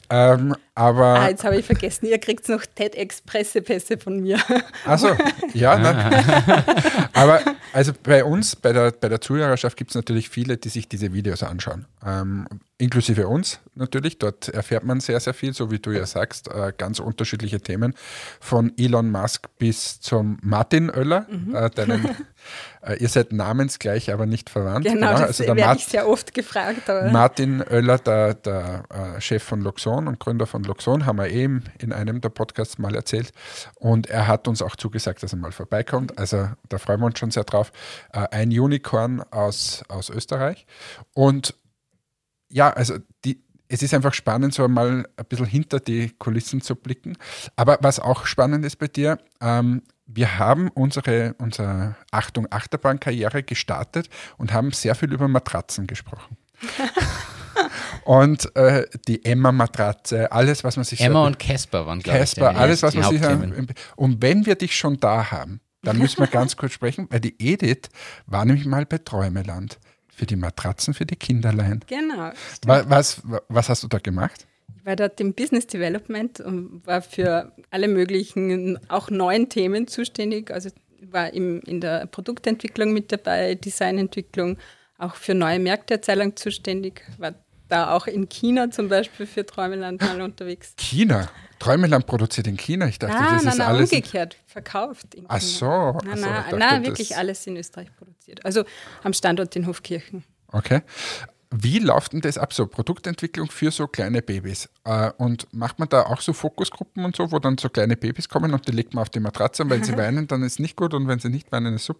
S2: Aber
S3: jetzt habe ich vergessen, ihr kriegt noch TEDx-Pressepässe von mir.
S2: Achso, ja. Nein. Aber also bei uns, bei der Zuhörerschaft gibt es natürlich viele, die sich diese Videos anschauen. Inklusive uns natürlich. Dort erfährt man sehr, sehr viel, so wie du ja sagst, ganz unterschiedliche Themen. Von Elon Musk bis zum Martin Oeller. Ihr seid namensgleich, aber nicht verwandt.
S3: Genau, das also werde ich sehr oft gefragt. Aber.
S2: Martin Oeller, der Chef von Luxon und Gründer von Luxon, haben wir eben in einem der Podcasts mal erzählt. Und er hat uns auch zugesagt, dass er mal vorbeikommt. Also da freuen wir uns schon sehr drauf. Ein Unicorn aus Österreich. Und ja, also es ist einfach spannend, so mal ein bisschen hinter die Kulissen zu blicken. Aber was auch spannend ist bei dir, wir haben unsere Achtung Achterbahn-Karriere gestartet und haben sehr viel über Matratzen gesprochen. Und die Emma-Matratze, alles, was man sich
S1: Emma und Casper waren, glaube ich.
S2: Casper, alles, was man sich. Und wenn wir dich schon da haben, dann müssen wir ganz kurz sprechen, weil die Edith war nämlich mal bei Träumeland für die Matratzen für die Kinderlein.
S3: Genau.
S2: Was hast du da gemacht?
S3: Ich war dort im Business Development und war für alle möglichen, auch neuen Themen zuständig. Also war in der Produktentwicklung mit dabei, Designentwicklung, auch für neue Märkte eine Zeit lang zuständig. War da auch in China zum Beispiel für Träumeland mal unterwegs.
S2: China? Träumeland produziert in China? Ich dachte, das ist alles
S3: umgekehrt, verkauft in China.
S2: Ach so.
S3: Nein, wirklich alles in Österreich produziert. Also am Standort in Hofkirchen.
S2: Okay. Wie läuft denn das ab, so Produktentwicklung für so kleine Babys? Und macht man da auch so Fokusgruppen und so, wo dann so kleine Babys kommen und die legt man auf die Matratze und wenn sie weinen, dann ist nicht gut und wenn sie nicht weinen, ist super?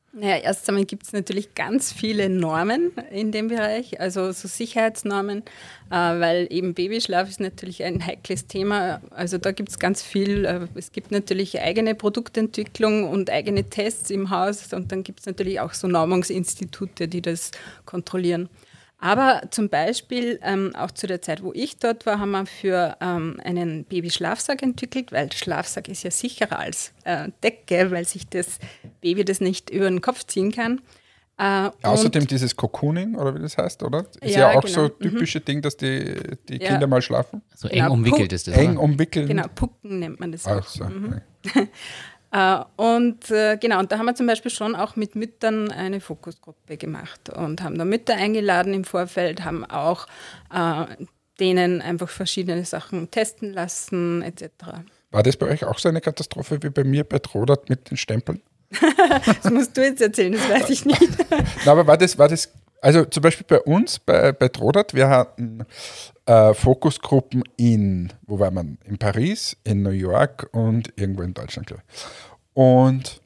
S3: Naja, erst einmal gibt es natürlich ganz viele Normen in dem Bereich, also so Sicherheitsnormen, weil eben Babyschlaf ist natürlich ein heikles Thema. Also da gibt es ganz viel. Es gibt natürlich eigene Produktentwicklung und eigene Tests im Haus und dann gibt es natürlich auch so Normungsinstitute, die das kontrollieren. Aber zum Beispiel auch zu der Zeit, wo ich dort war, haben wir für einen Babyschlafsack entwickelt, weil Schlafsack ist ja sicherer als Decke, weil sich das Baby das nicht über den Kopf ziehen kann.
S2: Außerdem dieses Cocooning, oder wie das heißt, oder? Ist
S3: Ja,
S2: ja auch
S3: genau.
S2: so typische Ding, dass die
S3: Ja.
S2: Kinder mal schlafen.
S1: So
S3: Genau,
S1: eng umwickelt ist das.
S2: Eng
S1: Oder?
S2: umwickeln.
S3: Genau, Pucken nennt man das auch.
S2: Ach so, okay.
S3: Und da haben wir zum Beispiel schon auch mit Müttern eine Fokusgruppe gemacht und haben da Mütter eingeladen im Vorfeld, haben auch denen einfach verschiedene Sachen testen lassen etc.
S2: War das bei euch auch so eine Katastrophe wie bei mir bei Trodat mit den Stempeln?
S3: Das musst du jetzt erzählen, das weiß ich nicht.
S2: Na, aber war das, also zum Beispiel bei uns, bei Trodat, wir hatten Fokusgruppen wo war man? In Paris, in New York und irgendwo in Deutschland, glaube ich. Und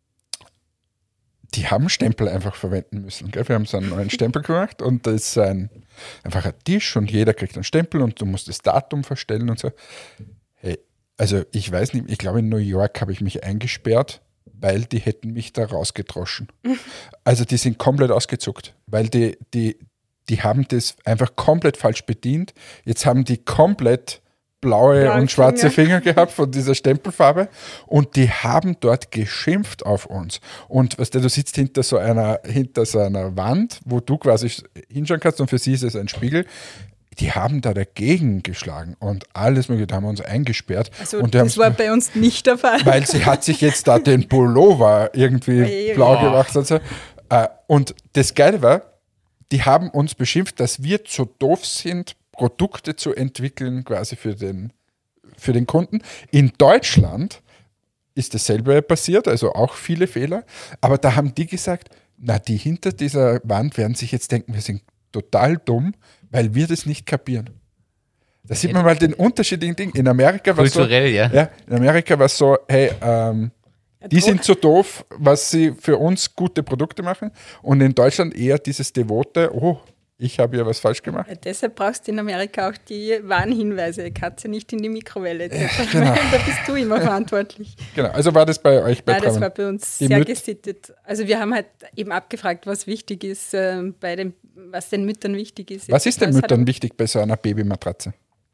S2: die haben Stempel einfach verwenden müssen. Gell? Wir haben so einen neuen Stempel gemacht und da ist einfach ein Tisch und jeder kriegt einen Stempel und du musst das Datum verstellen und so. Hey, also ich weiß nicht, ich glaube in New York habe ich mich eingesperrt, weil die hätten mich da rausgedroschen. Also die sind komplett ausgezuckt, weil die haben das einfach komplett falsch bedient. Jetzt haben die komplett blaue und schwarze Finger gehabt von dieser Stempelfarbe und die haben dort geschimpft auf uns. Und weißt du sitzt hinter so einer Wand, wo du quasi hinschauen kannst und für sie ist es ein Spiegel. Die haben da dagegen geschlagen und alles mögliche, da haben wir uns eingesperrt.
S3: Also
S2: und
S3: das war bei uns nicht der Fall.
S2: weil sie hat sich jetzt da den Pullover irgendwie blau gemacht und so. Und das Geile war, die haben uns beschimpft, dass wir zu doof sind, Produkte zu entwickeln quasi für den Kunden. In Deutschland ist dasselbe passiert, also auch viele Fehler. Aber da haben die gesagt, na, die hinter dieser Wand werden sich jetzt denken, wir sind total dumm, weil wir das nicht kapieren. Da sieht man mal den unterschiedlichen Ding. In Amerika war es so,
S1: Kulturell, ja.
S2: in Amerika war es so, hey, die sind so doof, was sie für uns gute Produkte machen. Und in Deutschland eher dieses devote, oh, ich habe ja was falsch gemacht.
S3: Ja, deshalb brauchst du in Amerika auch die Warnhinweise. Katze nicht in die Mikrowelle.
S2: Genau.
S3: Da bist du immer verantwortlich.
S2: Genau, also war das bei euch bei
S3: Nein, das
S2: Traum?
S3: war bei uns
S2: Die
S3: sehr gesittet. Also wir haben halt eben abgefragt, was wichtig ist, was den Müttern wichtig ist.
S2: Was ist den
S3: Das hat
S2: Müttern wichtig bei so einer Babymatratze?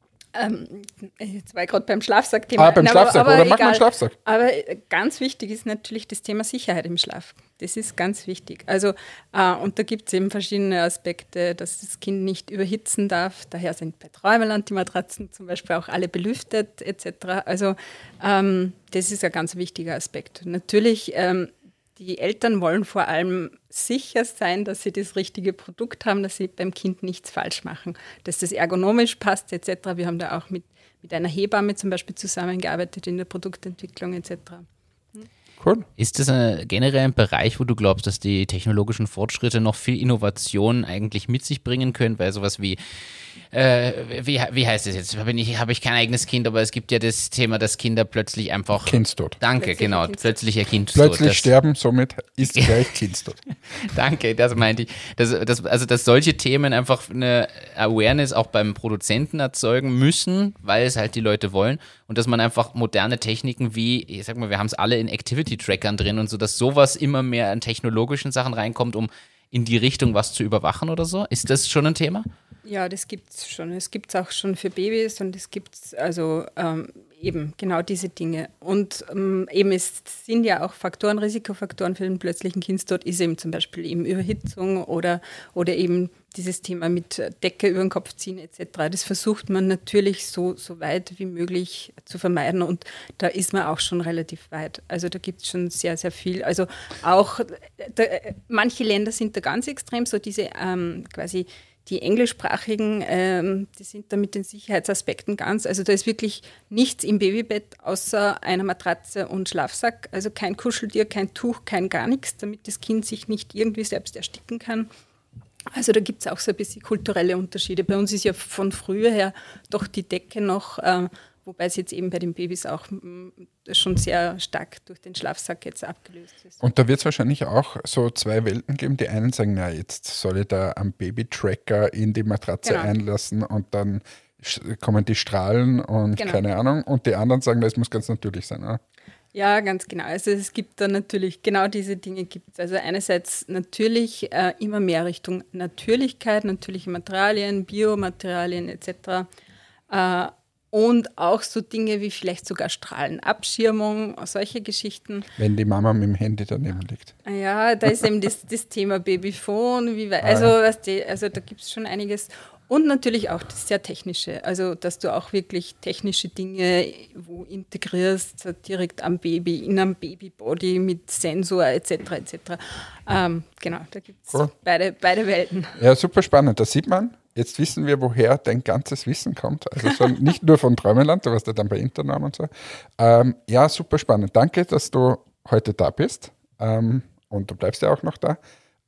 S3: Jetzt war ich gerade beim Schlafsack-Thema.
S2: Beim Schlafsack, oder macht man einen Schlafsack?
S3: Aber ganz wichtig ist natürlich das Thema Sicherheit im Schlaf. Das ist ganz wichtig. Also, und da gibt es eben verschiedene Aspekte, dass das Kind nicht überhitzen darf. Daher sind bei Träumeland die Matratzen zum Beispiel auch alle belüftet etc. Also das ist ein ganz wichtiger Aspekt. Natürlich, die Eltern wollen vor allem sicher sein, dass sie das richtige Produkt haben, dass sie beim Kind nichts falsch machen, dass das ergonomisch passt etc. Wir haben da auch mit einer Hebamme zum Beispiel zusammengearbeitet in der Produktentwicklung etc.
S2: Cool.
S1: Ist das generell ein Bereich, wo du glaubst, dass die technologischen Fortschritte noch viel Innovation eigentlich mit sich bringen können? Weil sowas wie wie heißt es jetzt? Habe ich kein eigenes Kind, aber es gibt ja das Thema, dass Kinder plötzlich einfach...
S2: Kindstod.
S1: Danke,
S3: Plötzlicher
S1: genau.
S3: Kindstod.
S1: Plötzlicher Kindstod.
S2: Plötzlich sterben, somit ist gleich Kindstod.
S1: Danke, das meinte ich. Dass solche Themen einfach eine Awareness auch beim Produzenten erzeugen müssen, weil es halt die Leute wollen und dass man einfach moderne Techniken wie, ich sag mal, wir haben es alle in Activity-Trackern drin und so, dass sowas immer mehr an technologischen Sachen reinkommt, um in die Richtung was zu überwachen oder so. Ist das schon ein Thema?
S3: Ja, das gibt es schon. Es gibt es auch schon für Babys und es gibt also eben genau diese Dinge. Und eben es sind ja auch Faktoren, Risikofaktoren für den plötzlichen Kindstod, ist eben zum Beispiel eben Überhitzung oder eben dieses Thema mit Decke über den Kopf ziehen etc. Das versucht man natürlich so weit wie möglich zu vermeiden und da ist man auch schon relativ weit. Also da gibt es schon sehr, sehr viel. Also auch manche Länder sind da ganz extrem, so diese quasi die englischsprachigen, die sind da mit den Sicherheitsaspekten ganz, also da ist wirklich nichts im Babybett außer einer Matratze und Schlafsack, also kein Kuscheltier, kein Tuch, kein gar nichts, damit das Kind sich nicht irgendwie selbst ersticken kann. Also da gibt es auch so ein bisschen kulturelle Unterschiede. Bei uns ist ja von früher her doch die Decke noch wobei es jetzt eben bei den Babys auch schon sehr stark durch den Schlafsack jetzt abgelöst ist.
S2: Und da wird es wahrscheinlich auch so zwei Welten geben. Die einen sagen, na, jetzt soll ich da einen Baby-Tracker in die Matratze einlassen und dann kommen die Strahlen und keine Ahnung. Und die anderen sagen, das muss ganz natürlich sein. Oder?
S3: Ja, ganz genau. Also es gibt da natürlich, genau diese Dinge gibt es. Also einerseits natürlich immer mehr Richtung Natürlichkeit, natürliche Materialien, Biomaterialien etc. Und auch so Dinge wie vielleicht sogar Strahlenabschirmung, solche Geschichten.
S2: Wenn die Mama mit dem Handy daneben liegt.
S3: Ja, da ist eben das Thema Babyphone. Also da gibt es schon einiges. Und natürlich auch das sehr Technische, also dass du auch wirklich technische Dinge wo integrierst, direkt am Baby, in einem Babybody mit Sensor etc. Genau, da gibt es beide Welten.
S2: Ja, super spannend. Da sieht man, jetzt wissen wir, woher dein ganzes Wissen kommt. Also so nicht nur von Träumeland, du warst ja dann bei Internorm und so. Ja, super spannend. Danke, dass du heute da bist und du bleibst ja auch noch da.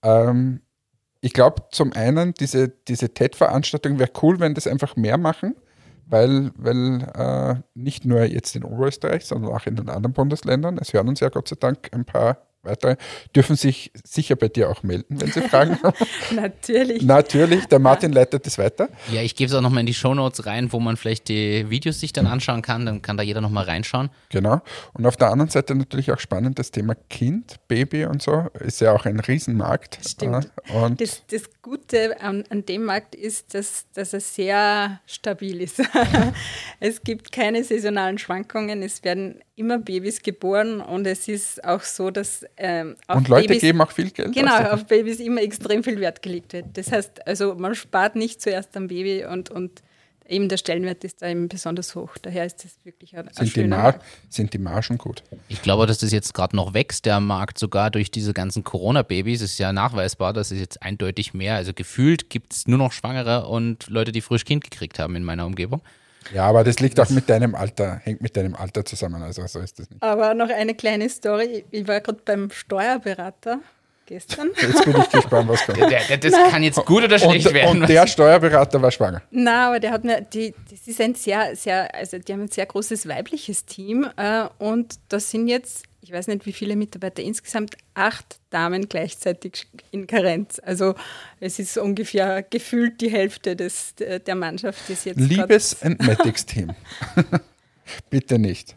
S2: Ich glaube, zum einen, diese TED-Veranstaltung wäre cool, wenn das einfach mehr machen, weil nicht nur jetzt in Oberösterreich, sondern auch in den anderen Bundesländern, es hören uns ja Gott sei Dank ein paar weitere, dürfen sich sicher bei dir auch melden, wenn sie Fragen haben. Natürlich, der Martin leitet das weiter.
S1: Ja, ich gebe es auch nochmal in die Shownotes rein, wo man vielleicht die Videos sich dann anschauen kann, dann kann da jeder nochmal reinschauen.
S2: Genau, und auf der anderen Seite natürlich auch spannend, das Thema Kind, Baby und so, ist ja auch ein Riesenmarkt.
S3: Stimmt. Und das Gute an dem Markt ist, dass er sehr stabil ist. Es gibt keine saisonalen Schwankungen, es werden immer Babys geboren und es ist auch so, dass
S2: und Leute Babys, geben auch viel Geld.
S3: Genau, auf Babys immer extrem viel Wert gelegt wird. Das heißt, also man spart nicht zuerst am Baby und eben der Stellenwert ist da eben besonders hoch. Daher ist das wirklich ein schöner
S2: Sind die Margen gut?
S1: Ich glaube, dass das jetzt gerade noch wächst, der Markt, sogar durch diese ganzen Corona-Babys. Ist ja nachweisbar, dass es jetzt eindeutig mehr, also gefühlt gibt es nur noch Schwangere und Leute, die frisch Kind gekriegt haben in meiner Umgebung.
S2: Ja, aber das liegt auch mit deinem Alter, hängt mit deinem Alter zusammen, also so ist das nicht.
S3: Aber noch eine kleine Story. Ich war gerade beim Steuerberater gestern.
S2: Jetzt bin ich gespannt, was kommt.
S1: Das kann jetzt gut oder schlecht werden.
S2: Und der Steuerberater war schwanger?
S3: Na, aber der hat mir, das ist ein also die haben ein sehr großes weibliches Team und das sind jetzt, ich weiß nicht wie viele Mitarbeiter, insgesamt 8 Damen gleichzeitig in Karenz. Also es ist ungefähr gefühlt die Hälfte der Mannschaft, die es jetzt
S2: Liebes Entmatics-Team. Bitte nicht.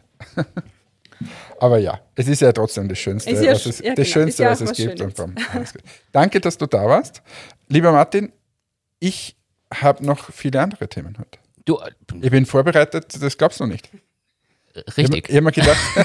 S2: Aber ja, es ist ja trotzdem das Schönste, was es gibt. Danke, dass du da warst. Lieber Martin, ich habe noch viele andere Themen heute. Ich bin vorbereitet, das glaubst du nicht.
S1: Richtig.
S2: Ich habe mir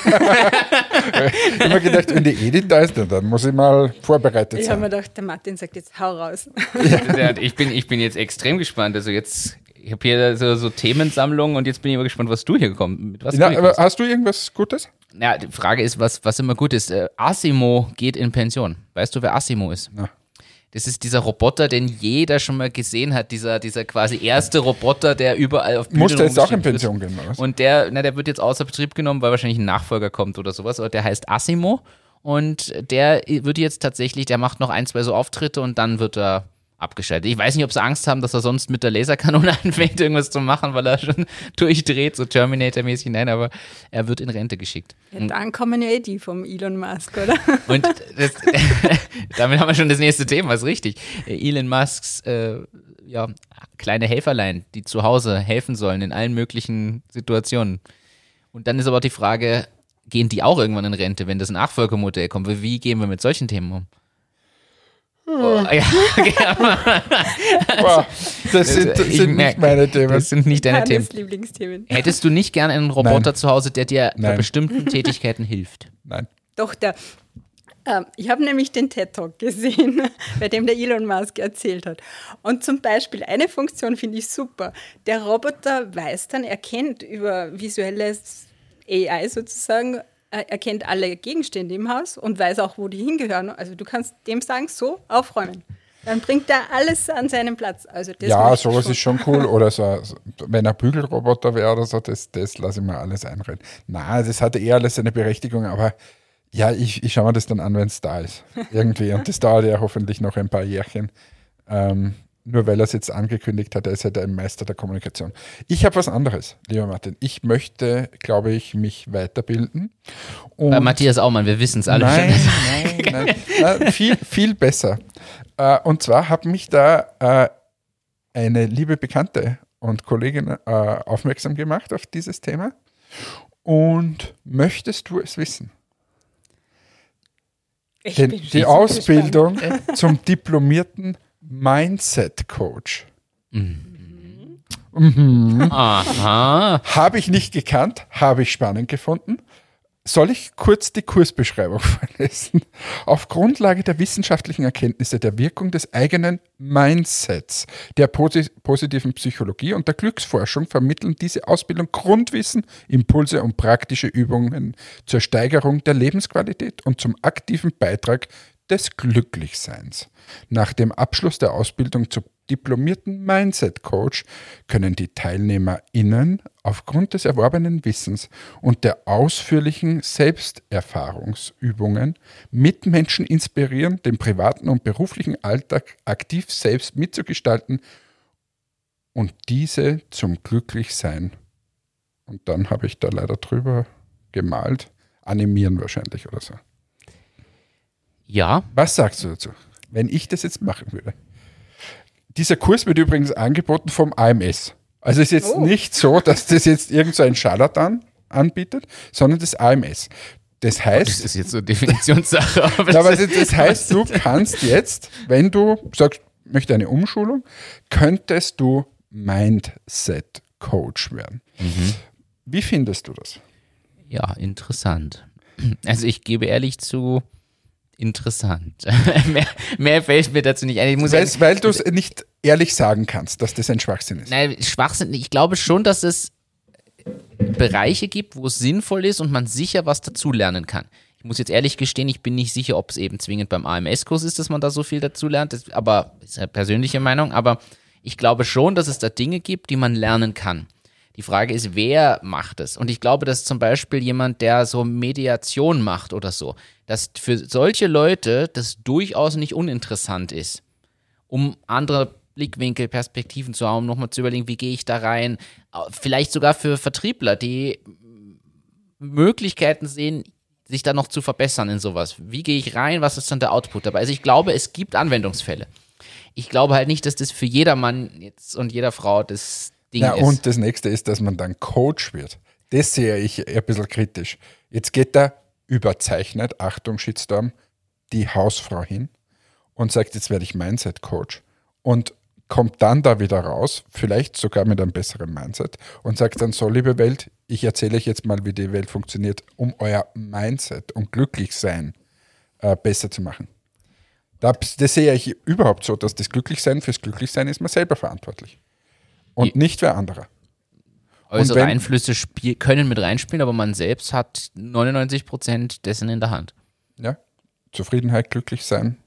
S2: gedacht, wenn die Edith da ist, dann muss ich mal vorbereitet sein.
S3: Ich habe mir gedacht, der Martin sagt jetzt, hau raus.
S1: Ja. Ich bin jetzt extrem gespannt. Also jetzt, ich habe hier so Themensammlungen und jetzt bin ich immer gespannt, was du hier kommst.
S2: Hast du irgendwas Gutes?
S1: Ja, die Frage ist, was immer gut ist. Asimo geht in Pension. Weißt du, wer Asimo ist?
S2: Ja.
S1: Das ist dieser Roboter, den jeder schon mal gesehen hat, dieser quasi erste Roboter, der überall auf Bühnen
S2: Muss der jetzt auch in Pension gehen, oder was?
S1: Und der wird jetzt außer Betrieb genommen, weil wahrscheinlich ein Nachfolger kommt oder sowas. Aber der heißt Asimo und der wird jetzt tatsächlich, der macht noch 1, 2 so Auftritte und dann wird er abgeschaltet. Ich weiß nicht, ob sie Angst haben, dass er sonst mit der Laserkanone anfängt, irgendwas zu machen, weil er schon durchdreht, so Terminator-mäßig. Nein, aber er wird in Rente geschickt.
S3: Ja, dann kommen ja die vom Elon Musk, oder?
S1: Und damit haben wir schon das nächste Thema, ist richtig. Elon Musks kleine Helferlein, die zu Hause helfen sollen in allen möglichen Situationen. Und dann ist aber auch die Frage, gehen die auch irgendwann in Rente, wenn das Nachfolgemodell kommt? Wie gehen wir mit solchen Themen um?
S2: Oh, ja. Das sind nicht meine Themen.
S1: Das sind nicht deine Themen.
S3: Lieblingsthemen.
S1: Hättest du nicht gerne einen Roboter zu Hause, der dir bei bestimmten Tätigkeiten hilft?
S2: Nein.
S3: Doch, ich habe nämlich den TED-Talk gesehen, bei dem der Elon Musk erzählt hat. Und zum Beispiel eine Funktion finde ich super. Der Roboter erkennt über visuelles AI sozusagen, erkennt alle Gegenstände im Haus und weiß auch, wo die hingehören. Also du kannst dem sagen, so, aufräumen. Dann bringt er alles an seinen Platz. Also das
S2: sowas ist schon cool. Oder so, wenn ein Bügelroboter wäre oder so, das lasse ich mir alles einreden. Nein, das hat eher alles seine Berechtigung, aber ja, ich schaue mir das dann an, wenn es da ist. Irgendwie. Und das dauert ja hoffentlich noch ein paar Jährchen. nur weil er es jetzt angekündigt hat, er ist halt ein Meister der Kommunikation. Ich habe was anderes, lieber Martin. Ich möchte, glaube ich, mich weiterbilden. Und
S1: Bei Matthias Aumann, wir wissen es alle
S2: nein. Viel, viel besser. Und zwar hat mich da eine liebe Bekannte und Kollegin aufmerksam gemacht auf dieses Thema. Und möchtest du es wissen? Die Ausbildung zum diplomierten Mindset-Coach.
S1: Aha.
S2: Habe ich nicht gekannt, habe ich spannend gefunden. Soll ich kurz die Kursbeschreibung vorlesen? Auf Grundlage der wissenschaftlichen Erkenntnisse der Wirkung des eigenen Mindsets, der positiven Psychologie und der Glücksforschung vermitteln diese Ausbildung Grundwissen, Impulse und praktische Übungen zur Steigerung der Lebensqualität und zum aktiven Beitrag des Glücklichseins. Nach dem Abschluss der Ausbildung zum diplomierten Mindset-Coach können die TeilnehmerInnen aufgrund des erworbenen Wissens und der ausführlichen Selbsterfahrungsübungen Mitmenschen inspirieren, den privaten und beruflichen Alltag aktiv selbst mitzugestalten und diese zum Glücklichsein. Und dann habe ich da leider drüber gemalt, animieren wahrscheinlich oder so.
S1: Ja.
S2: Was sagst du dazu, wenn ich das jetzt machen würde? Dieser Kurs wird übrigens angeboten vom AMS. Also es ist jetzt nicht so, dass das jetzt irgend so ein Scharlatan anbietet, sondern das AMS. Das heißt...
S1: Das ist jetzt so eine Definitionssache. Aber
S2: das heißt, du kannst jetzt, wenn du sagst, ich möchte eine Umschulung, könntest du Mindset-Coach werden. Wie findest du das?
S1: Ja, interessant. Also ich gebe ehrlich zu, interessant. mehr fällt mir dazu nicht ein.
S2: Weil du es nicht ehrlich sagen kannst, dass das ein Schwachsinn ist.
S1: Nein, Schwachsinn, ich glaube schon, dass es Bereiche gibt, wo es sinnvoll ist und man sicher was dazulernen kann. Ich muss jetzt ehrlich gestehen, ich bin nicht sicher, ob es eben zwingend beim AMS-Kurs ist, dass man da so viel dazu lernt, das ist eine persönliche Meinung, aber ich glaube schon, dass es da Dinge gibt, die man lernen kann. Die Frage ist, wer macht es? Und ich glaube, dass zum Beispiel jemand, der so Mediation macht oder so, dass für solche Leute das durchaus nicht uninteressant ist, um andere Blickwinkel, Perspektiven zu haben, nochmal zu überlegen, wie gehe ich da rein? Vielleicht sogar für Vertriebler, die Möglichkeiten sehen, sich da noch zu verbessern in sowas. Wie gehe ich rein? Was ist dann der Output dabei? Also ich glaube, es gibt Anwendungsfälle. Ich glaube halt nicht, dass das für jedermann jetzt und jeder Frau das Ding ist.
S2: Und das nächste ist, dass man dann Coach wird. Das sehe ich ein bisschen kritisch. Jetzt geht da überzeichnet, Achtung, Shitstorm, die Hausfrau hin und sagt, jetzt werde ich Mindset-Coach und kommt dann da wieder raus, vielleicht sogar mit einem besseren Mindset und sagt dann so, liebe Welt, ich erzähle euch jetzt mal, wie die Welt funktioniert, um euer Mindset, um Glücklichsein besser zu machen. Das sehe ich überhaupt so, dass das Glücklichsein, fürs Glücklichsein ist man selber verantwortlich und nicht wer anderer.
S1: Äußere Einflüsse können mit reinspielen, aber man selbst hat 99% dessen in der Hand.
S2: Ja, Zufriedenheit, glücklich sein.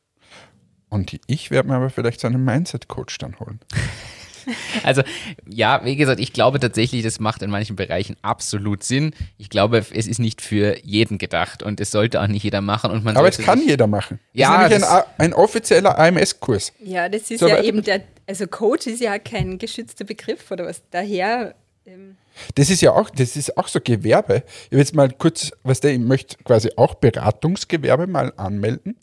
S2: Und ich werde mir aber vielleicht so einen Mindset-Coach dann holen.
S1: Also, ja, wie gesagt, ich glaube tatsächlich, das macht in manchen Bereichen absolut Sinn. Ich glaube, es ist nicht für jeden gedacht und es sollte auch nicht jeder machen. Und man
S2: aber es kann jeder machen.
S1: Ja,
S2: das ist nämlich ein offizieller AMS-Kurs.
S3: Ja, das ist
S2: So
S3: ja
S2: weit-
S3: eben also Coach ist ja kein geschützter Begriff oder was. Daher,
S2: Das ist auch so Gewerbe. Ich will jetzt mal kurz, ich möchte quasi auch Beratungsgewerbe mal anmelden.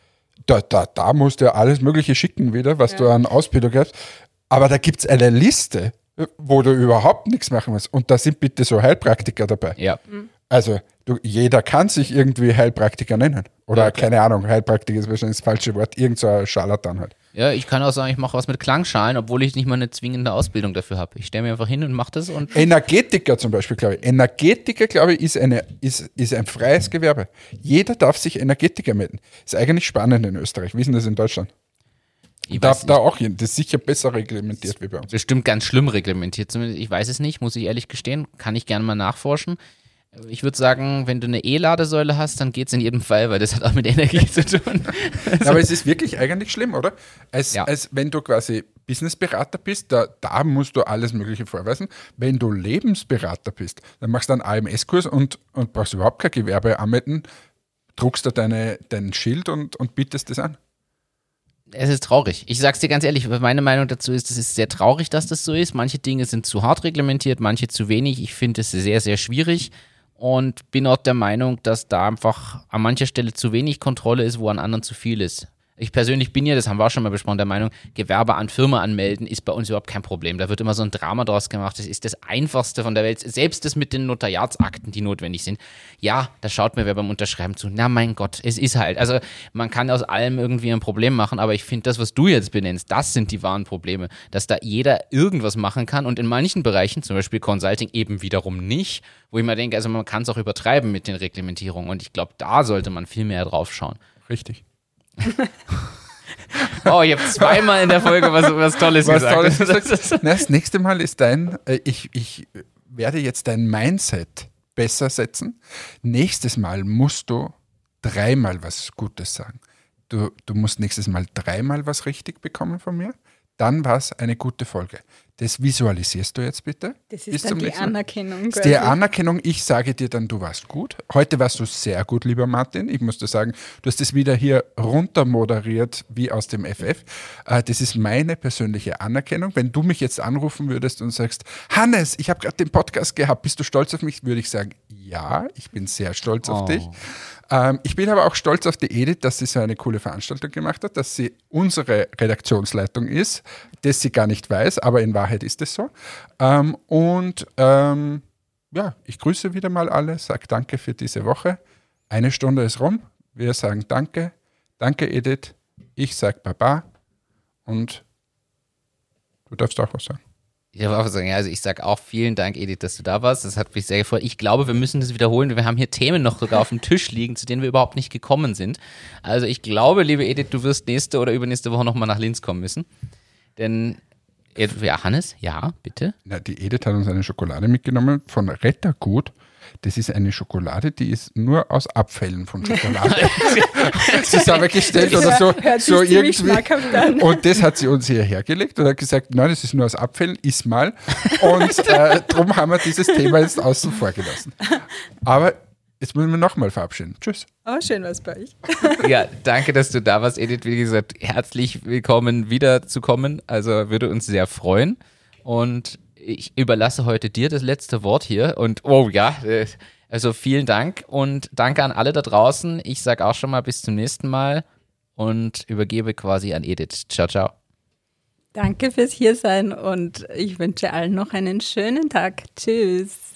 S2: Da musst du ja alles Mögliche schicken wieder, was du an Ausbildung hast. Aber da gibt es eine Liste, wo du überhaupt nichts machen musst. Und da sind bitte so Heilpraktiker dabei.
S1: Ja.
S2: Also jeder kann sich irgendwie Heilpraktiker nennen. Oder
S1: Ja,
S2: keine Ahnung, Heilpraktiker ist wahrscheinlich das falsche Wort. Irgend so ein Scharlatan halt.
S1: Ja, ich kann auch sagen, ich mache was mit Klangschalen, obwohl ich nicht mal eine zwingende Ausbildung dafür habe. Ich stelle mir einfach hin und mache das und
S2: Energetiker zum Beispiel, glaube ich. Energetiker, glaube ich, ist ein freies Gewerbe. Jeder darf sich Energetiker melden. Ist eigentlich spannend in Österreich. Wie ist denn das in Deutschland?
S1: ich
S2: Da
S1: weiß nicht,
S2: auch hin. Das ist sicher besser reglementiert wie bei uns.
S1: bestimmt ganz schlimm reglementiert. Zumindest, ich weiß es nicht, muss ich ehrlich gestehen. Kann ich gerne mal nachforschen. Ich würde sagen, wenn du eine E-Ladesäule hast, dann geht es in jedem Fall, weil das hat auch mit Energie zu tun.
S2: Ja, aber es ist wirklich eigentlich schlimm, oder? Als
S1: Ja.
S2: wenn du quasi Businessberater bist, da musst du alles Mögliche vorweisen. Wenn du Lebensberater bist, dann machst du einen AMS-Kurs und brauchst überhaupt kein Gewerbe anmelden, druckst da dein Schild und bietest das an.
S1: Es ist traurig. Ich sag's dir ganz ehrlich, meine Meinung dazu ist, es ist sehr traurig, dass das so ist. Manche Dinge sind zu hart reglementiert, manche zu wenig. Ich finde es sehr, sehr schwierig und bin auch der Meinung, dass da einfach an mancher Stelle zu wenig Kontrolle ist, wo an anderen zu viel ist. Ich persönlich bin ja, das haben wir auch schon mal besprochen, der Meinung, Gewerbe an Firma anmelden ist bei uns überhaupt kein Problem. Da wird immer so ein Drama draus gemacht. Das ist das Einfachste von der Welt. Selbst das mit den Notariatsakten, die notwendig sind. Ja, da schaut mir wer beim Unterschreiben zu. Na mein Gott, es ist halt. Also man kann aus allem irgendwie ein Problem machen, aber ich finde das, was du jetzt benennst, das sind die wahren Probleme. Dass da jeder irgendwas machen kann und in manchen Bereichen, zum Beispiel Consulting, eben wiederum nicht. Wo ich mir denke, also man kann es auch übertreiben mit den Reglementierungen und ich glaube, da sollte man viel mehr drauf schauen.
S2: Richtig.
S1: Oh, ich habe zweimal in der Folge was Tolles gesagt.
S2: Das nächste Mal ist ich werde jetzt dein Mindset besser setzen. Nächstes Mal musst du 3-mal was Gutes sagen. Du musst nächstes Mal 3-mal was richtig bekommen von mir. Dann war es eine gute Folge. Das visualisierst du jetzt bitte.
S3: Das ist dann die Anerkennung.
S2: Das ist die Anerkennung. Ich sage dir dann, du warst gut. Heute warst du sehr gut, lieber Martin. Ich muss dir sagen, du hast es wieder hier runter moderiert wie aus dem FF. Das ist meine persönliche Anerkennung. Wenn du mich jetzt anrufen würdest und sagst, Hannes, ich habe gerade den Podcast gehabt, bist du stolz auf mich? Würde ich sagen, ja, ich bin sehr stolz auf dich. Ich bin aber auch stolz auf die Edith, dass sie so eine coole Veranstaltung gemacht hat, dass sie unsere Redaktionsleitung ist, das sie gar nicht weiß, aber in Wahrheit ist es so. Ich grüße wieder mal alle, sage danke für diese Woche. 1 Stunde ist rum, wir sagen danke. Danke Edith, ich sage Baba und du darfst auch was sagen.
S1: Ich darf auch sagen, also ich sage auch vielen Dank, Edith, dass du da warst. Das hat mich sehr gefreut. Ich glaube, wir müssen das wiederholen. Wir haben hier Themen noch sogar auf dem Tisch liegen, zu denen wir überhaupt nicht gekommen sind. Also ich glaube, liebe Edith, du wirst nächste oder übernächste Woche nochmal nach Linz kommen müssen. Denn, ja, Hannes, ja, bitte.
S2: Na, die Edith hat uns eine Schokolade mitgenommen von Rettergut. Das ist eine Schokolade, die ist nur aus Abfällen von Schokolade zusammengestellt oder so. So irgendwie. Und das hat sie uns hierher gelegt und hat gesagt, nein, das ist nur aus Abfällen, iss mal. Und darum haben wir dieses Thema jetzt außen vor gelassen. Aber jetzt müssen wir nochmal verabschieden. Tschüss.
S3: Oh, schön was bei euch.
S1: Ja, danke, dass du da warst, Edith. Wie gesagt, herzlich willkommen wieder zu kommen. Also würde uns sehr freuen. Und ich überlasse heute dir das letzte Wort hier und also vielen Dank und danke an alle da draußen. Ich sage auch schon mal bis zum nächsten Mal und übergebe quasi an Edith. Ciao, ciao.
S3: Danke fürs Hiersein und ich wünsche allen noch einen schönen Tag. Tschüss.